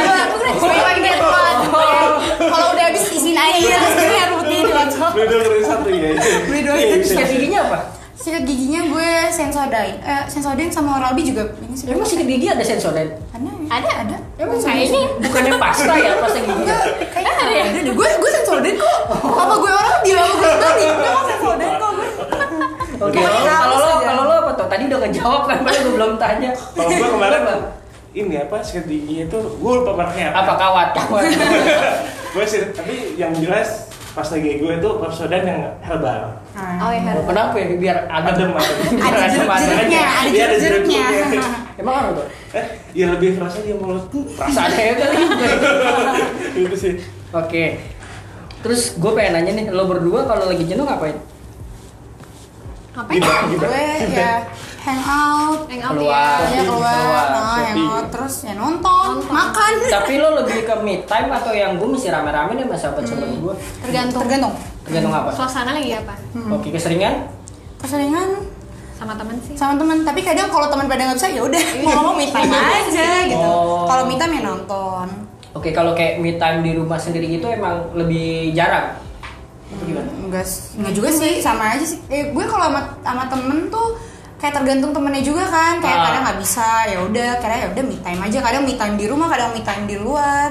Kalau udah habis izin aja, sebenarnya rutin cocok. Beli dua beli satu ya. Beli dua Iya, bisa. Sikat giginya apa? Sikat giginya gue Sensodyne. Sensodyne sama Oral-B juga ini sih. Emang sikat gigi ada Sensodyne? Ada. Emang kayaknya bukannya pasta ya pasta gigi? Kayaknya ada deh. Gue Sensodyne kok. Apa gue orang bilang gue tadi? Gue mau Sensodyne kok gue. Oke, Pokoknya kalau halus lo aja. kalau lo apa tuh? Tadi udah ngejawab kan, padahal gue belum tanya. Kalau gua kemarin ini apa sikat gigi itu gua lupa mereknya Apa kawat? Gue sih tapi yang jelas pasta gigi gue itu Pepsodent yang herbal. Oh ya Oh, kenapa ya? Biar Adem, adem. adem. Biar Ada adem jeruk-jeruknya, ada Iya, ada jeruk-jeruknya. jeruk-jeruknya. Emang apa tuh? Ya lebih frasa dia mulut. Perasaannya ya kali. Itu sih. Oke. Terus gue pengen nanya nih, lo berdua kalau lagi jenuh ngapain? Ngapain? Gue ya hangout, Hangout Keluar. ya. ya keluar, shopping. hangout terus ya nonton, makan. Tapi lo lebih ke me time atau yang gue mesti rame-rame nih sama sahabat-sahabat gue? Tergantung Tergantung apa? suasana lagi apa. Oke, keseringan? Keseringan Sama temen sih. sama teman, tapi kadang kalau teman pada nggak bisa ya udah mau ngomong me time aja gitu. Oh. Kalau me time ya nonton. Oke, kalau kayak me time di rumah sendiri gitu emang lebih jarang? Apa gimana? Enggak juga sih, sama aja sih. Gue kalau sama temen tuh kayak tergantung temennya juga kan. Kayak kadang nggak bisa, ya udah, kadang ya udah me time aja. Kadang me time di rumah, kadang me time di luar.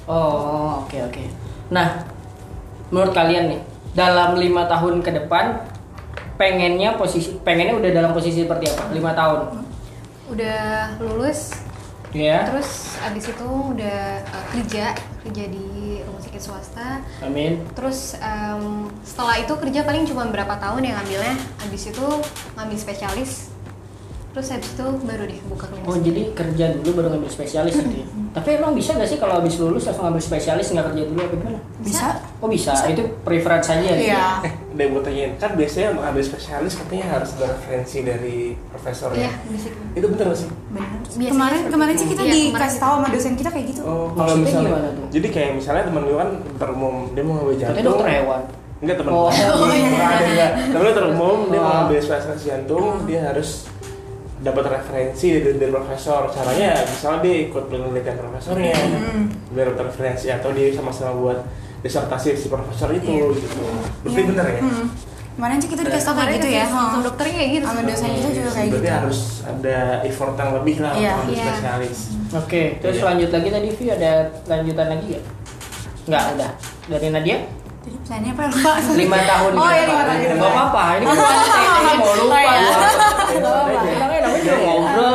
Oh, oke. Nah, menurut kalian nih, dalam 5 tahun ke depan pengennya udah dalam posisi seperti apa? 5 tahun. Udah lulus, Iya. terus abis itu udah kerja di rumah sakit swasta. Amin. Terus setelah itu kerja paling cuma berapa tahun ya ngambilnya. Abis itu ngambil spesialis. Terus habis itu baru deh buka klinik. Oh, jadi kerja dulu baru ngambil spesialis gitu ya. Tapi emang bisa gak sih kalau habis lulus langsung ngambil spesialis nggak kerja dulu apa gimana? Bisa. Oh bisa. Itu preference saja gitu. Iya. Udah gue tanyain, kan biasanya mengambil spesialis katanya harus ada referensi dari profesor Iya, ya. basic. Itu bener gak sih? Bener. Biasanya Kemarin sih kita Iya, dikasih tahu sama dosen kita kayak gitu. Oh, kalau Maksudnya misalnya gimana tuh? jadi kayak misalnya temen gue kan dokter umum, dia mau ngambil jantung. Katanya dokter hewan. Enggak temen Oh, gue. iya. Enggak. Temen dokter umum, dia mau Oh. ngambil spesialis jantung, dia harus dapat referensi dari profesor. Caranya misalnya dia ikut penelitian profesornya, biar dapat referensi, atau dia sama-sama buat disertasi si profesor itu gitu. Berarti bener ya? Kemarin sih kita dikasih tahu kayak gitu ya. Sama dokternya kayak gitu. Sama dosen kita juga kayak Berarti gitu. harus ada effort yang lebih lah Iya. untuk Iya. spesialis. Oke, terus Iya. lanjut lagi tadi Vi ada lanjutan lagi ya? Nggak ada. Dari Nadia? Jadi pertanyaannya apa ya, lupa? 5 tahun. Oh ke iya, 5 depan. tahun ke depan. Nggak apa-apa, ini kan santai mau lupa. Oh, iya. Namanya juga ngobrol.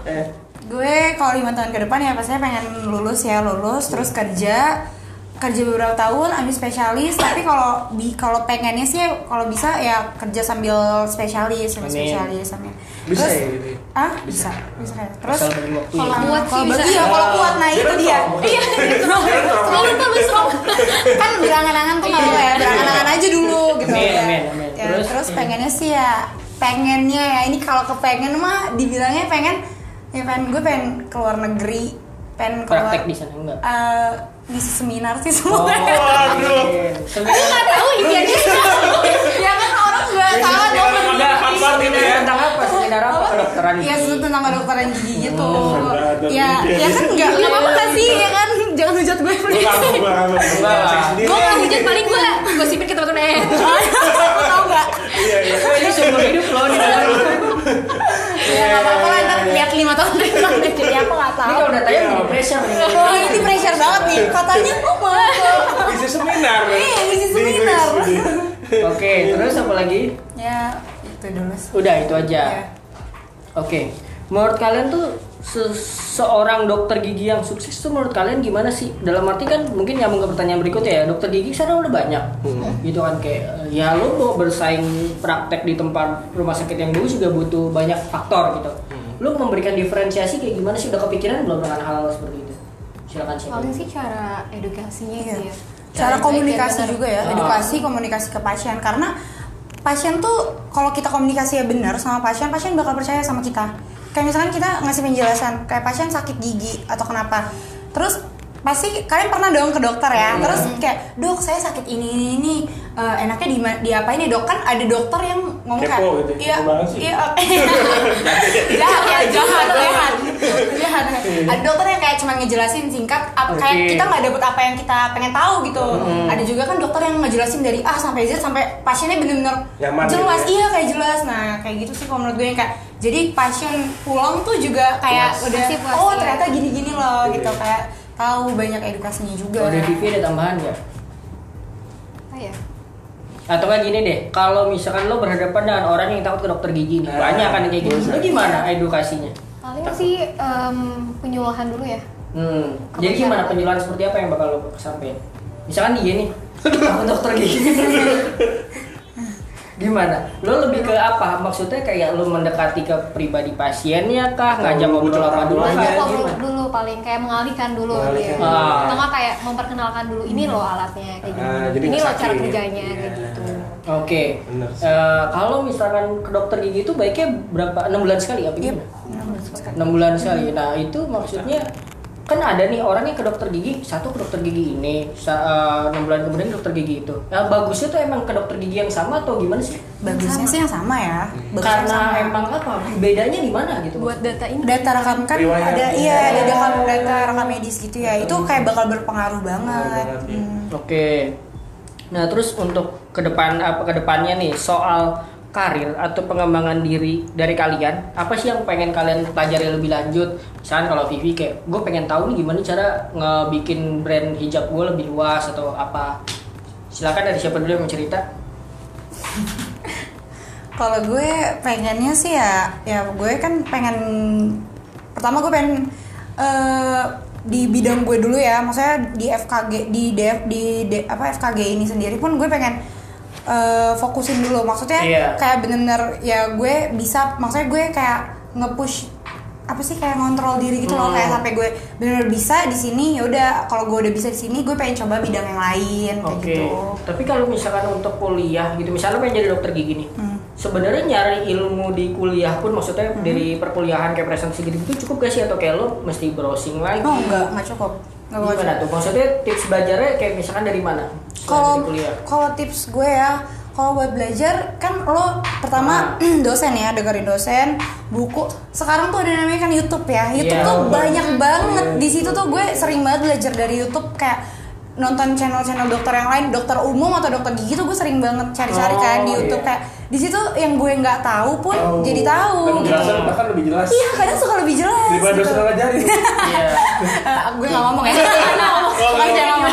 Gue kalau 5 tahun ke depan ya pastinya pengen lulus terus kerja beberapa tahun ambil spesialis, tapi kalau pengennya sih kalau bisa ya kerja sambil spesialis Amin. sambil Bisa terus, ya gitu. bisa ya. Terus Asal bagi waktu Kalau ya. kuat sih kalau bisa. bagi ya kalau kuat, nah itu dia. Iya, selalu lupa lu strong. Kan berangan-angan tuh nggak boleh ya, berangan-angan aja dulu gitu Amin, ya. amin. Ya, Terus? terus pengennya sih ya ini kalau kepengen mah dibilangnya pengen gue pengen keluar negeri, pengen keluar Praktek di sana enggak? ngisi seminar sih Oh, semuanya. Waduh. Seminar Nggak tahu impiannya. Ya kan orang nggak tahu dong. Enggak apa gitu ya. tentang apa? Seminar apa? Kedokteran. Ya itu tentang kedokteran gigi gitu. Oh, Ya kan nggak apa-apa kan sih ya kan, jangan hujat gue please. Gue nggak hujat, paling gue gosipin ke temen-temen. Tahu nggak? Iya. Ini seumur hidup loh di dalam. Ya nggak apa-apa lah, ntar lihat 5 tahun ke depan deh, jadi aku nggak Ini tahu. kalau udah tayang jadi pressure nih. Oh ini pressure banget nih, katanya mau Isi seminar. Iya, isi seminar. Oke, terus apa lagi? Ya itu dulu. Udah itu aja. Ya. Oke, menurut kalian tuh seorang dokter gigi yang sukses tuh menurut kalian gimana sih? Dalam arti kan mungkin nyambung ke pertanyaan berikutnya ya, dokter gigi sekarang udah banyak, gitu kan kayak ya lo mau bersaing praktek di tempat rumah sakit yang bagus juga butuh banyak faktor gitu. Lo memberikan diferensiasi kayak gimana sih? Udah kepikiran belum dengan hal seperti itu? Silakan sih. Paling sih cara edukasinya Iya. sih ya. Cara baik komunikasi dan benar. juga ya, edukasi komunikasi ke pasien, karena pasien tuh kalau kita komunikasi ya benar sama pasien bakal percaya sama kita. Kayak misalkan kita ngasih penjelasan kayak pasien sakit gigi atau kenapa, terus pasti kalian pernah dong ke dokter ya, terus kayak dok saya sakit ini enaknya diapain ya dok, kan ada dokter yang ngomong Kepo kayak gitu, kepo banget sih. jahat. Ada dokter yang kayak cuma ngejelasin singkat, kayak kita nggak dapet apa yang kita pengen tahu gitu. Ada juga kan dokter yang ngejelasin dari A sampai Z sampai pasiennya bener-bener Nyaman jelas, gitu ya? iya kayak jelas. Nah kayak gitu sih kalau menurut gue yang kayak jadi pasien pulang tuh juga kayak Puas. udah Pasti puas, oh iya. ternyata gini-gini loh gitu, Iya. kayak tahu banyak edukasinya juga. Kalau dari TV ada tambahan nggak? Apa ya? Atau kayak gini deh, kalau misalkan lo berhadapan dengan orang yang takut ke dokter gigi nih, banyak kan yang kayak gitu. Lo gimana edukasinya? Paling sih penyuluhan dulu ya. Jadi gimana penjelasan seperti apa yang bakal lo sampaikan? Misalkan dia nih, takut dokter gigi. Gimana? Lo lebih ke apa? Maksudnya kayak lo mendekati ke pribadi pasiennya kah? Ngajak ngobrol apa dulu kah? Ngobrol Gimana? dulu paling kayak mengalihkan dulu Mengalihkan. ya. Ah. Atau nggak kayak memperkenalkan dulu ini loh alatnya kayak gini. Jadi Ini loh ngesaki. cara kerjanya Iya. kayak gitu. Oke. Bener sih. Kalau misalkan ke dokter gigi itu baiknya berapa? 6 bulan sekali apa Iya. gimana? 6 bulan sekali. Nah itu maksudnya kan ada nih orang yang ke dokter gigi, satu ke dokter gigi ini, 6 bulan kemudian ke dokter gigi itu. Nah bagusnya tuh emang ke dokter gigi yang sama atau gimana sih? Bagusnya sih yang sama ya. Bagusnya Karena sama. emang apa? Bedanya di mana gitu? Buat data ini. Data rekam kan Riwayat. ada, iya ada data rekam medis gitu ya, itu kayak bakal berpengaruh banget. Banget, iya. Oke. Nah terus untuk kedepannya nih soal karir atau pengembangan diri dari kalian, apa sih yang pengen kalian pelajari lebih lanjut? Misalnya kalau Vivi kayak gue pengen tahu nih gimana cara ngebikin brand hijab gue lebih luas atau apa. Silakan dari siapa dulu yang mau cerita? Kalau gue pengennya sih ya gue kan pengen, pertama gue pengen di bidang gue dulu ya, maksudnya di FKG FKG ini sendiri pun gue pengen fokusin dulu, maksudnya kayak bener-bener ya gue bisa, maksudnya gue kayak nge-push apa sih, kayak ngontrol diri gitu loh, kayak sampai gue bener-bener bisa di sini. Ya udah, kalau gue udah bisa di sini gue pengen coba bidang yang lain kayak gitu. Tapi kalau misalkan untuk kuliah gitu, misalnya pengen jadi dokter gigi nih, sebenarnya nyari ilmu di kuliah pun, maksudnya dari perkuliahan kayak presentasi gitu cukup gak sih, atau kayak lo mesti browsing lagi? Oh nggak cukup. Gimana tuh? Maksudnya tips belajarnya kayak misalkan dari mana? Kalau tips gue ya, kalau buat belajar kan lo pertama dosen ya, dengerin dosen, buku. Sekarang tuh ada namanya kan YouTube ya. YouTube tuh banyak banget. Di situ tuh gue sering banget belajar dari YouTube, kayak nonton channel-channel dokter yang lain, dokter umum atau dokter gigi tuh gue sering banget cari-cari kan di YouTube. Kayak di situ yang gue nggak tahu pun jadi tahu. Dan penjelasan bahkan lebih jelas. Iya, kadang suka lebih jelas. Daripada gitu. dosen ngajarin. Gue nggak ngomong ya. Jangan ngomong.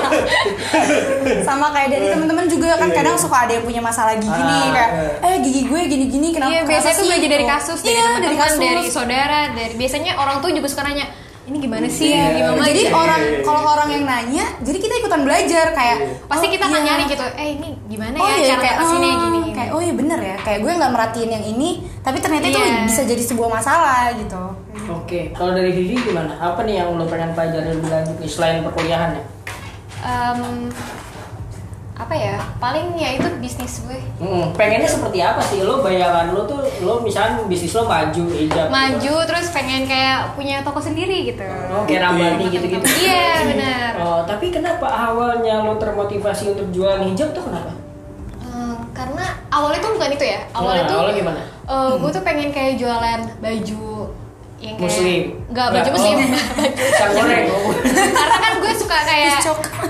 Sama kayak dari teman-teman juga kan kadang suka ada yang punya masalah gigi nih, kayak gigi gue gini-gini kenapa? Iya, biasanya tuh belajar dari kasus, dari teman-teman, dari saudara, dari biasanya orang tuh juga suka nanya, ini gimana sih, gimana? Jadi kalau orang yang nanya, jadi kita ikutan belajar, kayak pasti kita akan nyari gitu, ini gimana ya cara ngatasinnya gini. Kayak oh iya bener ya, kayak gue nggak merhatiin yang ini, tapi ternyata itu bisa jadi sebuah masalah gitu. Oke, kalau dari Vivi gimana? Apa nih yang lo pengen pelajari lebih lanjut nih selain perkuliahan ya? Apa ya, paling ya itu bisnis gue. Pengennya seperti apa sih? Lo bayangan lo tuh, lo misalnya bisnis lo maju hijab gitu. Terus pengen kayak punya toko sendiri gitu. Kayak Rambani gitu-gitu. Iya benar. Tapi kenapa awalnya lo termotivasi untuk jualan hijab tuh kenapa? Karena awalnya tuh bukan itu ya. Awalnya gimana? Gue tuh pengen kayak jualan baju yang kayak Muslim. Enggak, baju muslim. Sang goreng. Karena kan gue suka kayak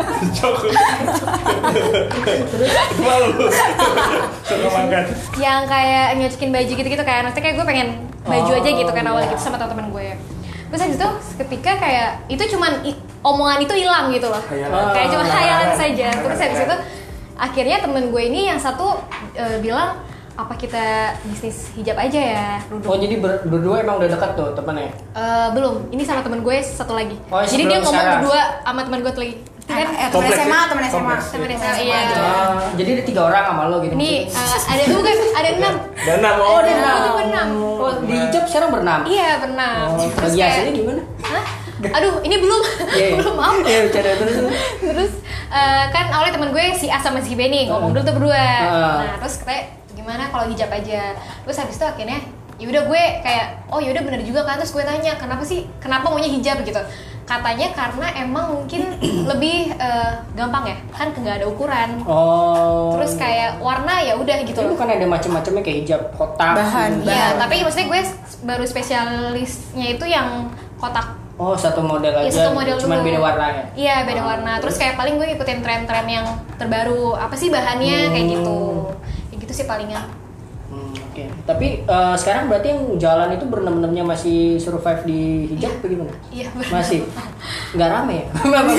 Suka makan. yang kayak nyocokin baju gitu-gitu, kayak maksudnya kayak gue pengen baju aja gitu kan awalnya gitu sama teman-teman gue. Terus habis itu ketika kayak itu cuman omongan itu hilang gitu loh. Kayak cuma khayalan saja. Terus habis itu akhirnya temen gue ini yang satu bilang, apa kita bisnis hijab aja ya, Rudung. Jadi berdua emang udah dekat tuh temennya? Belum, ini sama temen gue satu lagi. Jadi dia ngomong sekarang berdua sama temen gue lagi. Temen SMA. Iya. Jadi ada 3 orang sama lo gitu? Ini ada 6. Ada 6. Ada 6. Di hijab sekarang bernam? Iya, bernam. Bagi hasilnya gimana? Hah? Aduh, ini belum. Belum, maaf. Iya, bercanda Terus kan awalnya temen gue si A sama si B nih ngomong dulu tuh berdua. Nah, terus katanya gimana kalau hijab aja. Terus habis itu akhirnya yaudah gue kayak oh yaudah bener juga kan. Terus gue tanya kenapa maunya hijab gitu. Katanya karena emang mungkin lebih gampang ya, kan nggak ada ukuran. Terus kayak warna ya udah gitu loh. Bukan ada macam-macamnya kayak hijab kotak bahan. Iya, tapi maksudnya gue baru spesialisnya itu yang kotak. Satu model aja. Satu model cuman dulu. beda warnanya. Iya, beda warna. Terus kayak paling gue ikutin tren-tren yang terbaru. Apa sih bahannya kayak gitu. Ya gitu sih palingan. Oke. Tapi sekarang berarti yang jalan itu benar-benarnya masih survive di hijab bagaimana? Iya, masih. Nggak rame ya?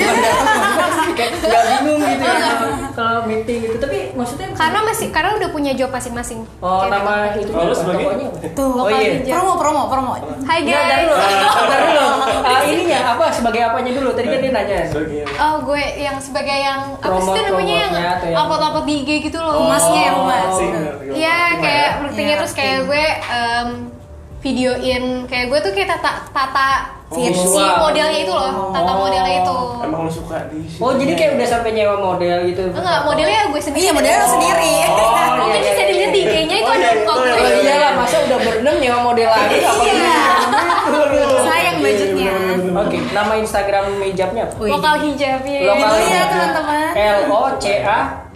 Nggak bingung gitu ya kalau meeting gitu. Tapi maksudnya karena udah punya job masing-masing. Nama itu tokonya apa? Tuh, promo. Hai guys. Bentar dulu. Ininya apa? Sebagai apanya dulu? Tadi kan dia nanya. Oh, gue yang sebagai yang apa sih namanya yang upload di IG gitu loh. Humasnya. Iya, kayak meetingnya terus kayak gue videoin kayak gue tuh kayak tata si modelnya itu loh, tata modelnya itu. Emang lo suka di sini? Jadi kayak udah sampai nyewa model gitu? Enggak, modelnya gue sendiri. Iya, modelnya lo sendiri. Mungkin bisa dilihat di IG-nya itu ada foto. Iya lah, masa udah berenam nyewa model lagi? Iya. Sayang budgetnya. Oke, nama Instagram hijabnya apa? Lokal hijabnya. Lokal Itu ya teman-teman. LOCA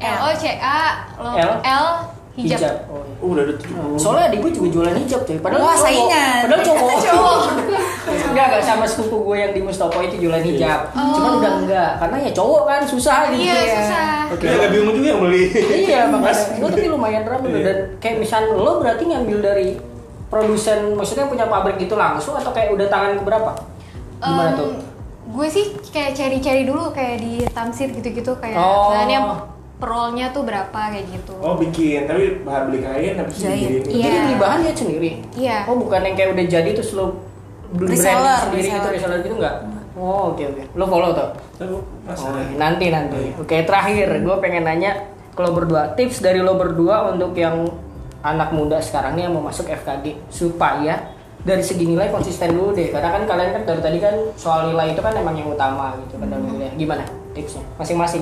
L hijab. Udah ada 70. Soalnya adik gue juga jualan hijab coy. Padahal saingan. Padahal cowok. Enggak sama sepupu gue yang di Mustopo itu jualan hijab. Cuman udah enggak, karena ya cowok kan susah gitu. Iya, susah. Oke, agak bingung juga yang beli. Iya, makanya gue tapi lumayan ramai dan kayak misal lo berarti ngambil dari produsen, maksudnya punya pabrik gitu langsung atau kayak udah tangan keberapa? Gimana tuh? Gue sih kayak cari-cari dulu kayak di Tamsit gitu-gitu kayak bahannya perolnya tuh berapa kayak gitu. Oh bikin, tapi bahan beli kain habis Jahit. dikirim. Iya. Jadi beli bahan dia sendiri? Iya. Oh bukan yang kayak udah jadi terus lo branding Reseller, sendiri gitu, reseller gitu enggak? Oh oke. Lo follow tuh? Nanti. Oke, terakhir gue pengen nanya ke lo berdua, tips dari lo berdua untuk yang anak muda sekarang nih yang mau masuk FKG supaya dari segi nilai konsisten dulu deh, karena kan kalian kan dari tadi kan soal nilai itu kan emang yang utama gitu kan dalam nilai. Gimana tipsnya masing-masing?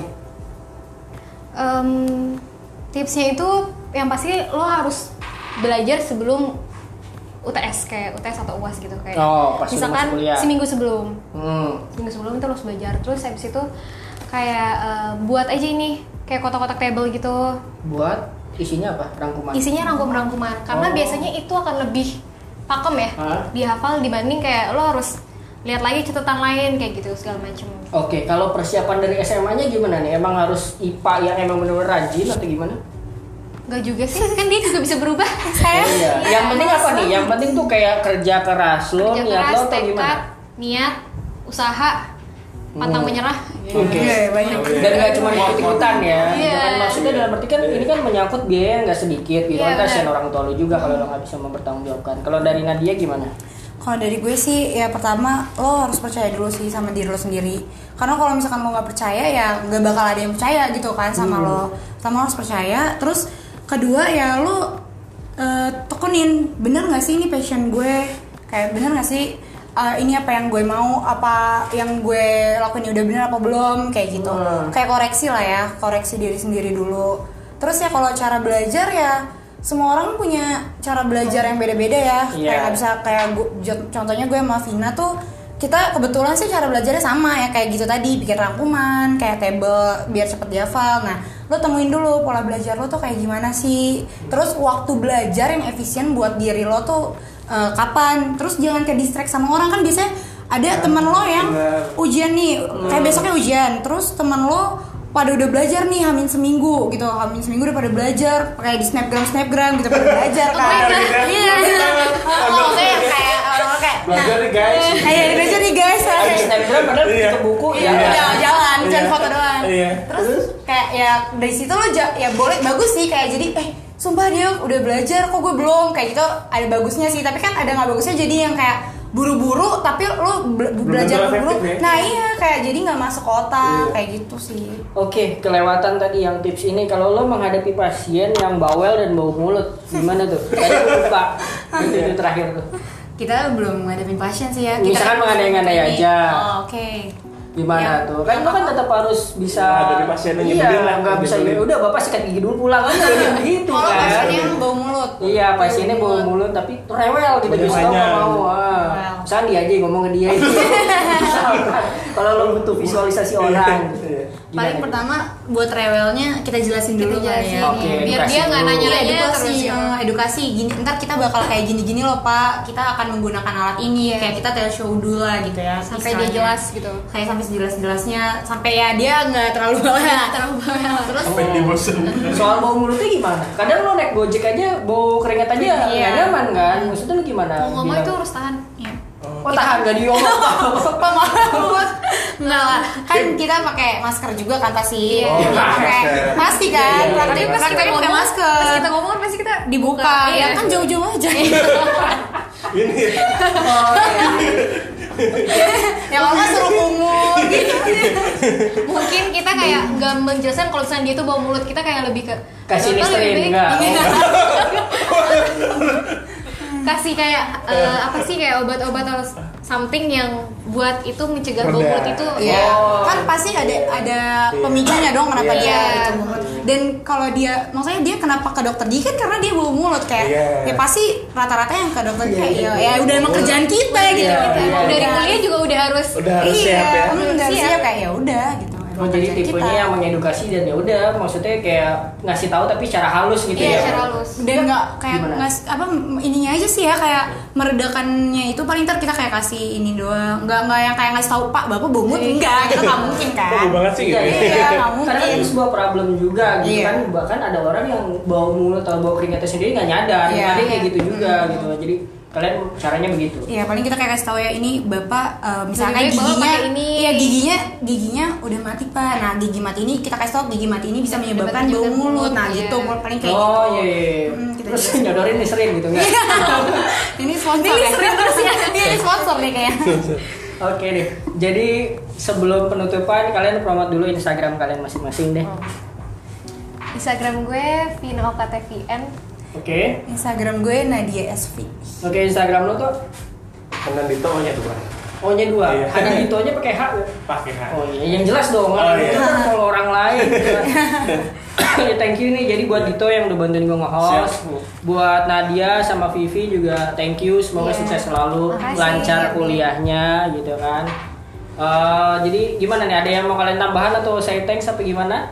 Tipsnya itu yang pasti lo harus belajar sebelum UTS kayak UTS atau UAS gitu kayak Pas misalkan masuk kuliah. seminggu sebelum itu lo harus belajar, terus habis itu kayak buat aja ini kayak kotak-kotak table gitu. Buat isinya apa? Rangkuman? Isinya rangkum-rangkuman karena biasanya itu akan lebih pakem ya dihafal dibanding kayak lo harus lihat lagi catatan lain kayak gitu segala macam. Oke, kalau persiapan dari SMA-nya gimana nih? Emang harus IPA yang emang benar-benar rajin atau gimana? Enggak juga sih, kan dia juga bisa berubah. Iya. Yang penting apa nih? Yang penting tuh kayak kerja keras lo, Kerja niat keras, lo atau tekad, gimana? niat, usaha, pantang menyerah. Oke. banyak. Dan nggak cuma ikut-ikutan ya. Iya. Kan maksudnya dalam arti kan ini kan menyangkut biaya yang nggak sedikit gitu. Iya, Kan kasihan benar. orang tua lo juga kalau lo nggak bisa mempertanggungjawabkan. Kalau dari Nadia gimana? Kalau dari gue sih ya pertama lo harus percaya dulu sih sama diri lo sendiri. Karena kalau misalkan lo nggak percaya ya nggak bakal ada yang percaya gitu kan sama lo. Pertama lo harus percaya. Terus kedua ya lo tekunin bener nggak sih ini passion gue, kayak bener nggak sih ini apa yang gue mau, apa yang gue lakuin udah bener apa belum kayak gitu. Kayak koreksi lah ya, koreksi diri sendiri dulu. Terus ya kalau cara belajar ya semua orang punya cara belajar yang beda-beda ya. Kayak nggak bisa kayak contohnya gue sama Vina tuh kita kebetulan sih cara belajarnya sama ya kayak gitu tadi, bikin rangkuman kayak table biar cepet dihafal. Nah lo temuin dulu pola belajar lo tuh kayak gimana sih, terus waktu belajar yang efisien buat diri lo tuh kapan. Terus jangan ke distract sama orang, kan biasanya ada teman lo yang ujian nih kayak besoknya ujian, terus teman lo pada udah belajar nih hamin seminggu gitu, hamin seminggu udah pada belajar kayak di snapgram gitu pada belajar kan. Iya kayak orang kayak Belajar nih guys. kayak belajar nih guys. Di Snapgram padahal tutup buku ya. Jalan Iya. jangan foto doang. Iya. Terus kayak ya dari situ lo ya boleh bagus sih kayak jadi sumpah dia udah belajar kok gue belum, kayak gitu ada bagusnya sih. Tapi kan ada nggak bagusnya jadi yang kayak buru-buru tapi lo belajar buru-buru. Ya? Nah iya kayak jadi nggak masuk otak kayak gitu sih. Oke, kelewatan tadi yang tips ini. Kalau lo menghadapi pasien yang bawel dan bau mulut, gimana tuh? Tadi gue lupa. Itu terakhir tuh. Kita belum ngadepin pasien sih ya. Misalkan mengandai-andai aja. Oh, oke. Gimana tuh? Kan lo kan tetap harus bisa. Menghadapi pasien yang nyebelin lah, nggak bisa. nyebelin. Udah bapak sikat gigi dulu pulang aja gitu Kalau kan. pasiennya yang bau mulut. Iya, pasiennya bau mulut tapi rewel gitu, Banyak justru nggak nanya. mau. Rewel. Misalnya dia aja yang ngomong ke dia. Kalau lo butuh visualisasi orang. Paling pertama buat rewelnya kita jelasin dulu Kita jelasin, kan ya. Oke, biar edukasi dia nggak dulu. nanya-nanya edukasi, terus ya. edukasi gini, ntar kita bakal kayak gini-gini loh pak, kita akan menggunakan alat ini, Iya. kayak kita tell show dulu lah gitu ya, Sampai dia istilahnya. jelas gitu. Kayak sampai sejelas-jelasnya, sampai ya dia nggak terlalu bawel. Terus Sampai dia bosen. Soal bau mulutnya gimana? Kadang lo naik Gojek aja bau keringat aja nggak Iya. nyaman kan? Maksudnya lo gimana? Mau ngomong bilang? itu harus tahan. ya. Oh tahan gak diomong. Enggak lah, kan kita pakai masker juga kan pasti. Iya. Kita pakai pasti kan. Iya, Praktek iya. praktek pakai masker. Pas kita ngomong kan pasti kita Dibuka, Iya. ya kan jauh-jauh aja. Ini. Ya kalau nggak suruh kumur gitu. Mungkin kita kayak nggak menjelaskan kalau misalnya dia tuh bau mulut, kita kayak lebih ke Kasih atau Listerine lebih baik- enggak? kasih kayak apa sih kayak obat-obat atau something yang buat itu mencegah bau Reda. mulut itu. Iya, Oh. kan pasti ada pemicunya dong kenapa Iya. dia itu mulut. Dan kalau dia, maksudnya dia kenapa ke dokter gigi kan karena dia bau mulut kayak Iya. ya pasti rata-rata yang ke dokter gigi Iya, ya udah emang kerjaan kita gitu. Iya, Kita iya. Dari udah- kuliah juga udah harus Udah harus siap ya. udah Siap. siap kayak ya udah gitu. Oh, jadi tipenya yang mengedukasi dan ya udah maksudnya kayak ngasih tahu tapi secara halus gitu Iya, ya. secara halus. Dan nggak kayak Gimana? ininya aja sih ya, kayak meredakannya itu paling ntar kita kayak kasih ini doang, nggak yang kayak ngasih tahu Pak Bapak bau mulut, enggak, kita nggak mungkin kan. Kok banget sih gitu. Iya, nggak mungkin. Karena kan itu sebuah problem juga gitu Iya. kan, bahkan ada orang yang bau mulut atau bau keringatnya sendiri nggak nyadar, Iya. ada yang kayak gitu juga gitu. Jadi kalian caranya begitu. Iya, paling kita kayak kasih tahu ya, ini Bapak misalkan Lebih baik Bapak giginya pakai ini. iya giginya udah mati Pak. Nah, gigi mati ini kita kasih tahu gigi mati ini bisa menyebabkan bau Menyebabkan mulut. Nah, iya. gitu paling kayak Oh gitu. iya. Kita Terus juga. nyodorin nih sering gitu nggak? Ini sponsor ya. Terus ya. Ini sponsor nih kayaknya. Oke deh. Jadi sebelum penutupan kalian promote dulu Instagram kalian masing-masing deh. Instagram gue VinoKTVN. Oke. Instagram gue Nadia SV. Oke, Instagram lo tuh Hanan Dito nya tuh kan. O-nya 2. Iya. Ada Dito-nya pakai H ya? Pakai H. Oh iya, yang jelas dong. Oh, iya. Itu kan kalau orang lain. Ya, thank you nih. Jadi buat Dito yang udah bantuin gue nge-host. Siap. Buat Nadia sama Vivi juga thank you. Semoga Iya. sukses selalu, Makasih. lancar kuliahnya gitu kan. Jadi gimana nih? Ada yang mau kalian tambahan atau say thanks apa gimana?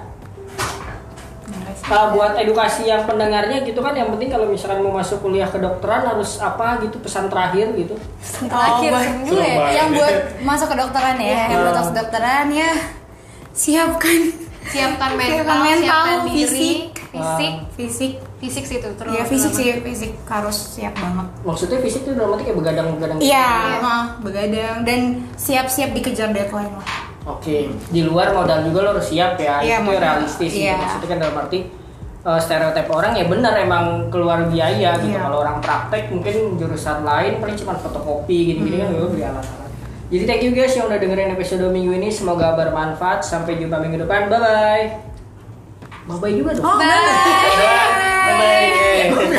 Buat edukasi yang pendengarnya gitu kan, yang penting kalau misalkan mau masuk kuliah kedokteran harus apa gitu, pesan terakhir gitu. Terakhir Oh, serem juga ya. Coba. Yang buat masuk kedokteran ya, yang buat masuk kedokteran ya siapkan Siapkan mental, Siapkan mental, siapkan diri, fisik. fisik fisik sih itu terus. ya fisik harus siap banget. Maksudnya fisik tuh dalam arti kayak begadang-begadang gitu. Iya, begadang dan siap-siap dikejar deadline lah. Oke, di luar modal juga lo harus siap ya. Iya, Itu makanya. realistis gitu. Iya. Maksudnya kan dalam arti stereotip orang ya benar emang keluar biaya gitu. Iya. Kalau orang praktek mungkin jurusan lain paling cuma fotokopi gini-gini kan gue beli alat-alat. Jadi thank you guys yang udah dengerin episode minggu ini, semoga bermanfaat. Sampai jumpa minggu depan. Bye bye. Bye bye juga dong. Oh, bye. Bye.